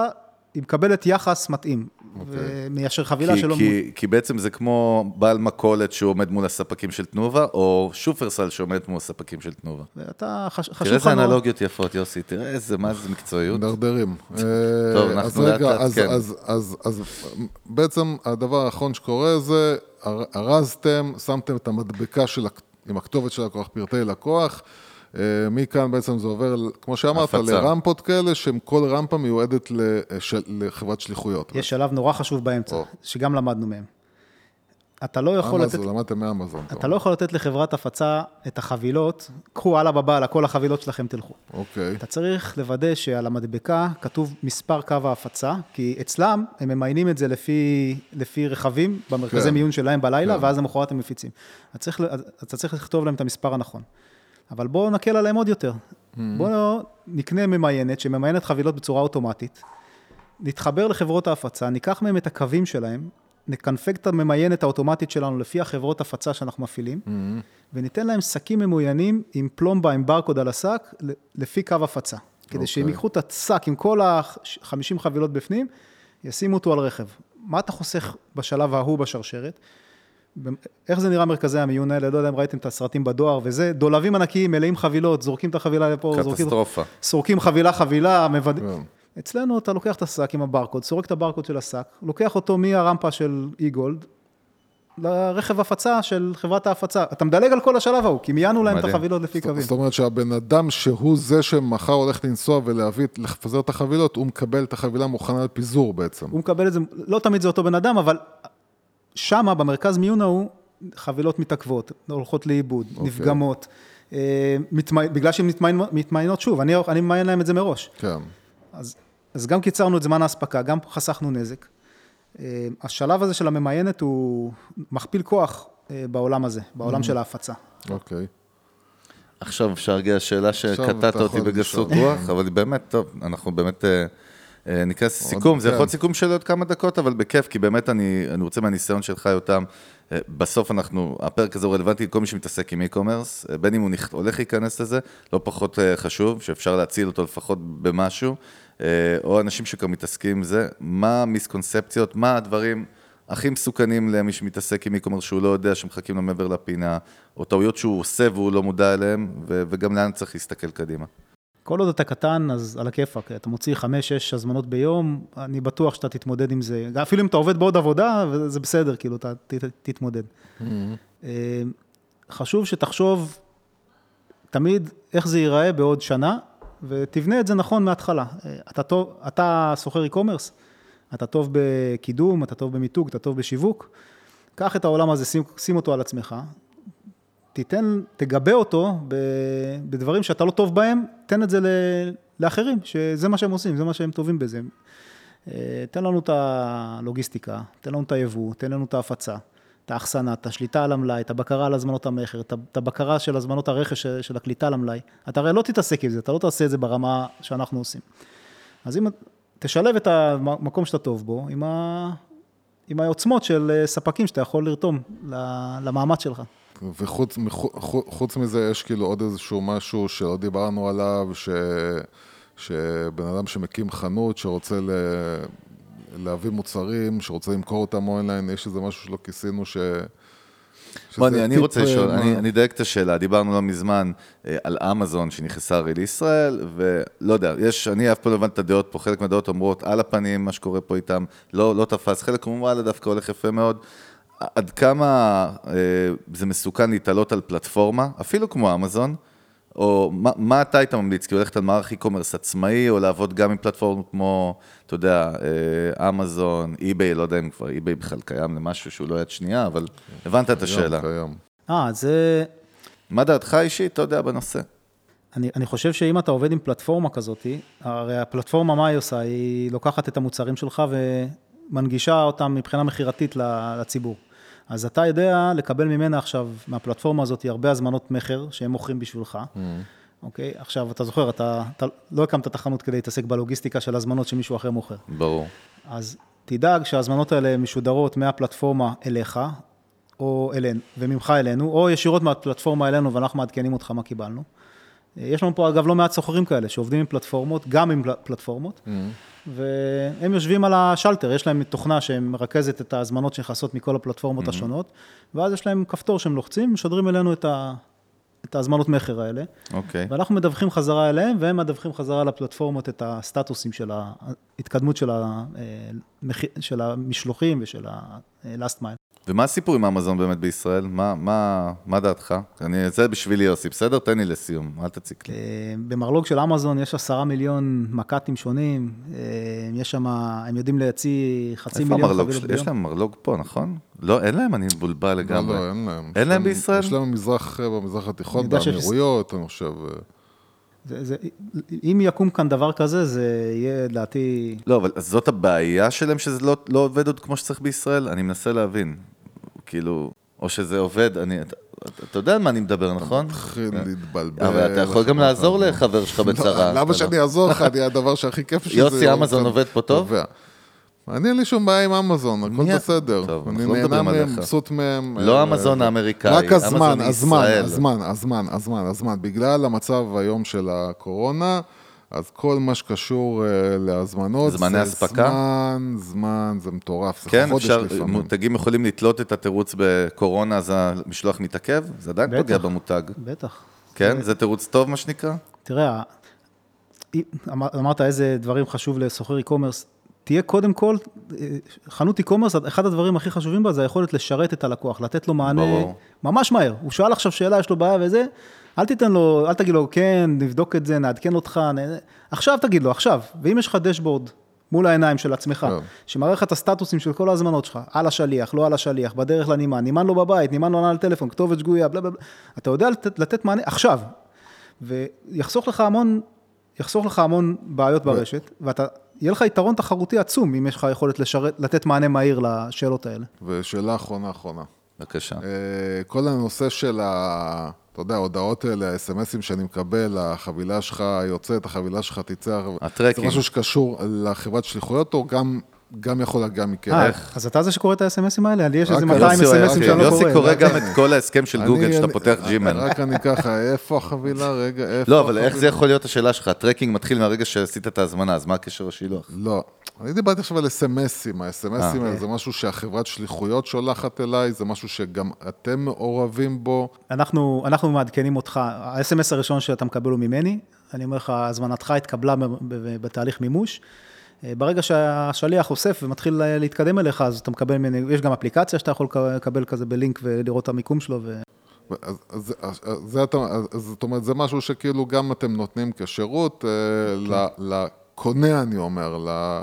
היא מקבלת יחס מתאים, ומיישר חבילה כי, שלא... כי, כי בעצם זה כמו בעל מכולת שהוא עומד מול הספקים של תנובה, או שופרסל שעומד מול הספקים של תנובה. ואתה חש, חשוב תראה איזה מאוד... אנלוגיות יפות, יוסי, תראה איזה, מה זה מקצועיות. דרדרים. טוב, אנחנו לאט לאט, כן. אז, אז, אז בעצם הדבר האחרון שקורה זה, ארזתם, שמתם את המדבקה של, עם הכתובת של לקוח, פרטי לקוח, מכאן בעצם זה עובר, כמו שאמרת, לרמפות כאלה, שהן כל רמפה מיועדת לחברת שליחויות. יש שלב נורא חשוב באמצע, שגם למדנו מהם. אתה לא יכול לתת... למדתם מאמזון. אתה לא יכול לתת לחברת הפצה את החבילות, קחו הלאה בבעל, כל החבילות שלכם תלכו. אוקיי. אתה צריך לוודא שעל המדבקה כתוב מספר קו ההפצה, כי אצלם הם ממיינים את זה לפי, לפי רכבים, במרכזי מיון שלהם בלילה, ואז למחרת הם מפיצים. אתה צריך, אתה צריך לכתוב להם את המספר הנכון. אבל בואו נקל עליהם עוד יותר. בואו נקנה ממיינת, שממיינת חבילות בצורה אוטומטית, נתחבר לחברות ההפצה, ניקח מהם את הקווים שלהם, נקנפג את הממיינת האוטומטית שלנו לפי החברות הפצה שאנחנו מפעילים, וניתן להם שקים ממוינים עם פלומבה, עם ברקוד על השק, לפי קו הפצה. כדי שהם ייקחו את השק עם כל ה-חמישים חבילות בפנים, ישימו אותו על רכב. מה אתה חוסך בשלב ההוא בשרשרת? איך זה נראה מרכזי המיון האלה? לא יודע אם ראיתם את הסרטים בדואר וזה, דולבים ענקיים, מלאים חבילות, זורקים את החבילה לפה, קטסטרופה. סורקים חבילה חבילה, מוודאים. אצלנו אתה לוקח את השק עם הברקוד, סורק את הברקוד של השק, לוקח אותו מהרמפה של אי-גולד, לרכב הפצה של חברת ההפצה. אתה מדלג על כל השלב ההוא, כי מיינו להם את החבילות לפי קווים. זאת אומרת שהבן אדם שהוא זה שמחר הולך לנסוע ולהביא, לפזר את החבילות, הוא מקבל את החבילה מוכנה לפיזור בעצם. הוא מקבל את זה, לא תמיד זה אותו בן אדם, אבל שמה, במרכז מיון ההוא, חבילות מתעכבות, הולכות לאיבוד, נפגמות, בגלל שהן מתמיינות שוב, אני ממיין להם את זה מראש. כן. אז אז גם קיצרנו את זמן ההספקה, גם חסכנו נזק. השלב הזה של הממיינת הוא מכפיל כוח בעולם הזה, בעולם של ההפצה. אוקיי. עכשיו אפשר להגיע השאלה שקטעת אותי בגסות רוח, אבל באמת, טוב, אנחנו באמת ניכנס לסיכום, זה יכול להיות סיכום של עוד כמה דקות, אבל בכיף, כי באמת אני רוצה מהניסיון שלך יותם, בסוף אנחנו, הפרק הזה הוא רלוונטי לכל מי שמתעסק עם e-commerce, בין אם הוא הולך להיכנס לזה, לא פחות חשוב, שאפשר להציל אותו לפחות במשהו, או אנשים שכבר מתעסקים עם זה, מה המיסקונספציות, מה הדברים הכי מסוכנים למי שמתעסק עם e-commerce שהוא לא יודע, שמחכים לו מעבר לפינה, או טעויות שהוא עושה והוא לא מודע אליהם, וגם לאן צריך להסתכל קדימה. כל עוד אתה קטן, אז על הכיפק, אתה מוציא חמש, שש הזמנות ביום, אני בטוח שאתה תתמודד עם זה, אפילו אם אתה עובד בעוד עבודה, זה בסדר, כאילו, אתה תתמודד. חשוב שתחשוב תמיד איך זה ייראה בעוד שנה, ותבנה את זה נכון מההתחלה. אתה טוב, אתה סוחר e-commerce, אתה טוב בקידום, אתה טוב במיתוג, אתה טוב בשיווק, קח את העולם הזה, שים, שים אותו על עצמך, תיתן, תגבה אותו בדברים שאתה לא טוב בהם, תן את זה לאחרים, שזה מה שהם עושים, זה מה שהם טובים בזה. תן לנו את הלוגיסטיקה, תן לנו את היבוא, תן לנו את ההפצה, את האחסנה, את השליטה על המלאי, את הבקרה על הזמנות המחר, את הבקרה של הזמנות הרכש של הקליטה על המלאי. אתה הרי לא תתעסק עם זה, אתה לא תעשה את זה ברמה שאנחנו עושים. אז אם תשלב את המקום שאתה טוב בו, עם, ה... עם העוצמות של ספקים שאתה יכול לרתום למאמץ שלך. וחוץ חוץ מזה יש כאילו עוד איזשהו משהו שעוד דיברנו עליו, ש... שבן אדם שמקים חנות, שרוצה ל... להביא מוצרים, שרוצה למכור אותם אונליין, יש איזה משהו שלא כיסינו ש... בוא, אני, אני רוצה לשאול, אני, אני דייק את השאלה, דיברנו לא מזמן אה, על אמזון שנכנסה הרי לישראל, ולא יודע, יש, אני אף פעם לא הבנתי את הדעות פה, חלק מהדעות אומרות על הפנים, מה שקורה פה איתם, לא, לא תפס, חלק אומרים, דווקא הולך יפה מאוד, עד כמה אה, זה מסוכן להתעלות על פלטפורמה, אפילו כמו אמזון, או מה, מה אתה היית ממליץ, כי הולכת על מערך e-commerce עצמאי, או לעבוד גם עם פלטפורמות כמו, אתה יודע, אמזון, eBay, לא יודע אם כבר eBay בכלל קיים למשהו שהוא לא יד שנייה, אבל הבנת את השאלה. אה, זה... מה דעתך אישית, אתה יודע, בנושא? אני, אני חושב שאם אתה עובד עם פלטפורמה כזאת, הרי הפלטפורמה, מה היא עושה? היא לוקחת את המוצרים שלך ומנגישה אותם מבחינה מחירתית לציבור. אז אתה יודע לקבל ממנה עכשיו, מהפלטפורמה הזאת, הרבה הזמנות מחר שהם מוכרים בשבילך. אוקיי? עכשיו, אתה זוכר, אתה, אתה לא הקמת את החנות כדי להתעסק בלוגיסטיקה של הזמנות שמישהו אחר מוכר. ברור. אז תדאג שההזמנות האלה משודרות מהפלטפורמה אליך, או אלינו, וממך אלינו, או ישירות מהפלטפורמה אלינו, ואנחנו מעדכנים אותך מה קיבלנו. יש לנו פה אגב לא מעט סוחרים כאלה, שעובדים עם פלטפורמות, גם עם פלטפורמות, והם יושבים על השלטר, יש להם תוכנה שמרכזת את ההזמנות שנכנסות מכל הפלטפורמות השונות, ואז יש להם כפתור שהם לוחצים, משדרים אלינו את ה... את ההזמנות מחר האלה, אוקיי. ואנחנו מדווחים חזרה אליהם, והם מדווחים חזרה לפלטפורמות את הסטטוסים של ההתקדמות של, ה, של המשלוחים ושל ה-last mile. ומה הסיפור עם אמזון באמת בישראל? מה, מה, מה דעתך? אני, זה בשבילי יוסי, בסדר? תן לי לסיום, אל תציק לי. במרלוג של אמזון יש עשרה מיליון מקטים שונים, יש שם, הם יודעים להציע חצי מיליון חבילות ביום. יש להם מרלוג פה, נכון? לא, אין להם, אני מבולבל לגמרי. לא, לא, אין להם. אין להם בישראל? יש להם במזרח, במזרח התיכון, באמירויות, אני חושב. זה, זה, אם יקום כאן דבר כזה, זה יהיה לדעתי... לא, אבל זאת הבעיה שלהם שזה לא, לא עובד עוד כמו שצריך בישראל? אני מנסה להבין. כאילו, או שזה עובד, אני... אתה, אתה יודע על מה אני מדבר, נכון? תתחיל להתבלבל. אבל אתה יכול גם לעזור לחבר שלך בצרה. למה שאני אעזור לך? אני הדבר שהכי כיף שזה... יוסי, אמזון עובד פה טוב? אני אין לי שום בעיה עם אמזון, הכל בסדר. טוב, אני אנחנו לא מדברים נהנה עליך. מהם, מבסוט מהם. לא אמזון האמריקאי, רק הזמן, אמזון הזמן, ישראל. הזמן, הזמן, הזמן, הזמן. בגלל המצב היום של הקורונה, אז כל מה שקשור להזמנות, זמני הספקה? זמן, זמן, זה מטורף, זה כן, חודש אפשר, לפעמים. מותגים יכולים לתלות את התירוץ בקורונה, אז המשלוח מתעכב? זה עדיין בטח. פוגע במותג. בטח. כן, זה תירוץ טוב מה שנקרא? תראה, אמרת איזה דברים חשוב לסוחר e-commerce, תהיה קודם כל, חנות e-commerce, אחד הדברים הכי חשובים בה זה היכולת לשרת את הלקוח, לתת לו מענה ברור. ממש מהר. הוא שואל עכשיו שאלה, יש לו בעיה וזה, אל תיתן לו, אל תגיד לו, כן, נבדוק את זה, נעדכן אותך, נ... עכשיו תגיד לו, עכשיו. ואם יש לך דשבורד מול העיניים של עצמך, שמראה לך את הסטטוסים של כל ההזמנות שלך, על השליח, לא על השליח, בדרך לנימן, נימן לו בבית, נימן לו על טלפון, כתובת שגויה, בלה בלה בלה, אתה יודע לתת, לתת מענה עכשיו, ויחסוך לך המון, יחסוך לך המון בעיות ברשת, ואתה, יהיה לך יתרון תחרותי עצום, אם יש לך יכולת לשרת, לתת מענה מהיר לשאלות האלה. ושאלה אחרונה, אחרונה. בבקשה. כל הנושא של ה... אתה יודע, ההודעות האלה, ה-אס-אם-אסים שאני מקבל, החבילה שלך יוצאת, החבילה שלך תצא, הטרקינג. זה משהו שקשור לחברת שליחויות, או גם, גם יכול להגיע מכן. אה, אז אתה זה שקורא את ה-אס-אם-אסים האלה? אני יש איזה מאתיים אס-אם-אסים שאני לא קורא. יוסי קורא גם את כל ההסכם של גוגל, שאתה פותח ג'ימל. רק אני ככה, איפה החבילה? רגע, איפה החבילה? לא, אבל איך זה יכול להיות השאלה שלך? הטרקינג מתחיל מהרגע שעשית את ההזמנה, אז מה הקשר השילוח? לא. אני דיברתי עכשיו על אס-אם-אסים. ה-אס-אם-אסים האלה זה משהו שהחברת שליחויות שולחת אליי, זה משהו שגם אתם מעורבים בו. אנחנו, אנחנו מעדכנים אותך, ה-אס-אם-אס הראשון שאתה מקבל הוא ממני, אני אומר לך, הזמנתך התקבלה בתהליך מימוש, ברגע שהשליח אוסף ומתחיל להתקדם אליך, אז אתה מקבל ממני, יש גם אפליקציה שאתה יכול לקבל כזה בלינק ולראות את המיקום שלו. ו... אז, אז, אז, זה, אז זאת אומרת, זה משהו שכאילו גם אתם נותנים כשירות כן. ל, לקונה, אני אומר,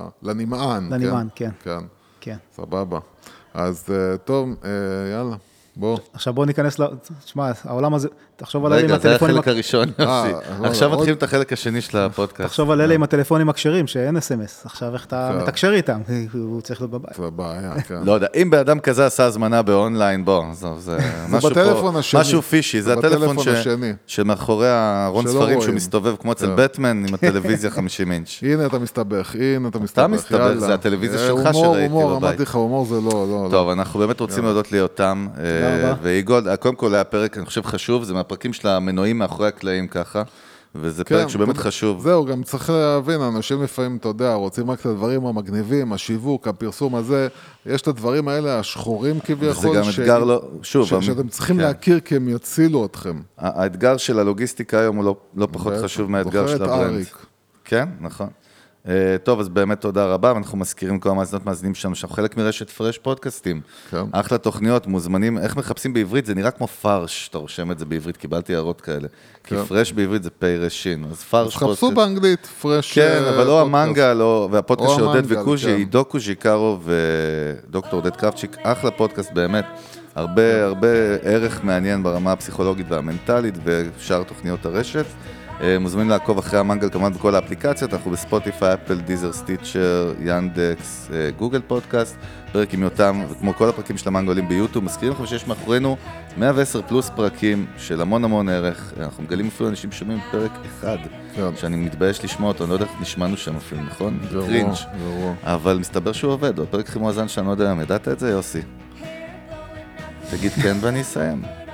לנמען. לנמען, כן. כן. כן. סבבה. אז טוב, יאללה. בוא. עכשיו בוא ניכנס, תשמע, העולם הזה, תחשוב על אלה עם רגע, זה הטלפונים... החלק הראשון, יוסי. עכשיו מתחילים את החלק השני של הפודקאסט. תחשוב על אלה עם הטלפונים הכשרים, שאין אס-אם-אס. עכשיו איך אתה מתקשר איתם? הוא צריך להיות בבית. זה בעיה, כן. לא יודע, אם באדם כזה עשה הזמנה באונליין, בוא, זה בטלפון השני. משהו פישי, זה הטלפון שמאחורי הארון ספרים שהוא מסתובב כמו אצל בטמן עם הטלוויזיה חמישים אינץ'. הנה אתה מסתבך, הנה אתה מסתבך. אתה מסתבך, זה הטלוויזיה שלך שראיתי בבית. אמרתי לך, הומור זה לא, לא. טוב, אנחנו באמת רוצים להודות ליותם, ואיגוד, קודם כל היה פרק, אני חושב חשוב, זה מהפרקים של המנועים מאחורי הקלעים ככה, וזה פרק שבאמת חשוב. זהו, גם צריך להבין, אנשים לפעמים, אתה יודע, רוצים רק את הדברים המגניבים, השיווק, הפרסום הזה, יש את הדברים האלה, השחורים כביכול, זה גם אתגר לא, שוב, שאתם צריכים להכיר כי הם יצילו אתכם. האתגר של הלוגיסטיקה היום הוא לא פחות חשוב מהאתגר של הברנד. כן, נכון. טוב, אז באמת תודה רבה, ואנחנו מזכירים כל המאזינות מאזינים שלנו, שאנחנו חלק מרשת פרש פודקאסטים. אחלה תוכניות, מוזמנים, איך מחפשים בעברית? זה נראה כמו פרש, אתה רושם את זה בעברית, קיבלתי הערות כאלה. כי פרש בעברית זה פי רשין, אז פרש פודקאסט. חפשו באנגלית, פרש כן, אבל לא המנגל, והפודקאסט של עודד וקוז'י, עידו קוז'יקרו ודוקטור עודד קרפצ'יק, אחלה פודקאסט באמת, הרבה הרבה ערך מעניין ברמה הפסיכולוגית והמנטלית, ושאר תוכניות הרשת. מוזמנים לעקוב אחרי המנגל כמובן בכל האפליקציות, אנחנו בספוטיפיי, אפל, דיזר, סטיצ'ר, ינדקס, גוגל פודקאסט, פרק עם יותם, וכמו כל הפרקים של המנגלים ביוטיוב, מזכירים לכם שיש מאחורינו מאה ועשר פלוס פרקים של המון המון ערך, אנחנו מגלים אפילו אנשים שומעים פרק אחד, שאני מתבייש לשמוע אותו, אני לא יודע איך נשמענו שם אפילו, נכון? קרינג', אבל מסתבר שהוא עובד, הוא הפרק הכי מואזן שאני לא יודע, ידעת את זה, יוסי? תגיד כן ואני אסיים.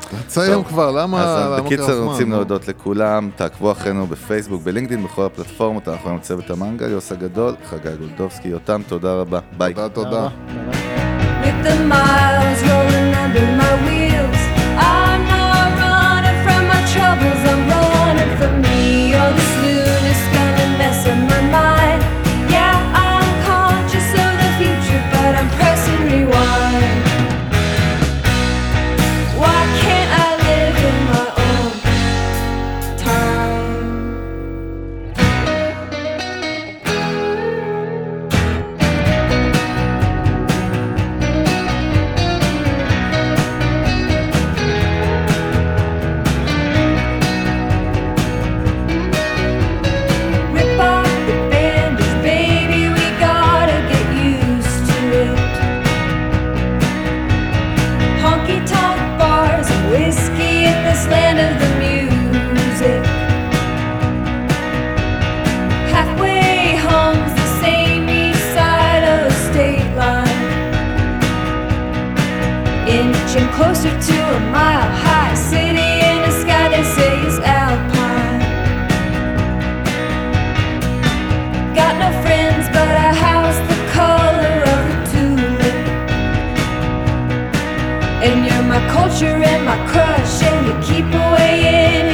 תסיים כבר, למה... אז בקיצר רוצים להודות לכולם, תעקבו אחרינו בפייסבוק, בלינקדאין, בכל הפלטפורמות, אנחנו עם צוות המנגל, יוסה גדול, חגי גולדובסקי, יותם, תודה רבה, ביי. תודה, תודה. With the miles rolling under my wheels, I'm not running from my troubles, I'm running from me. All this newness gonna mess up my mind. Yeah, I'm conscious of the future, but I'm pressing rewind. Why can't I live in my own time? Rip off the bandage, baby, we gotta get used to it. Honky-tonk bars and whiskey in this land of the music. Halfway home's the same east side of the state line. Inching closer to a mile-high city in the sky they say is alpine. Got no friends but a house the color of a tulip. And you're my culture and my crush, and you keep away in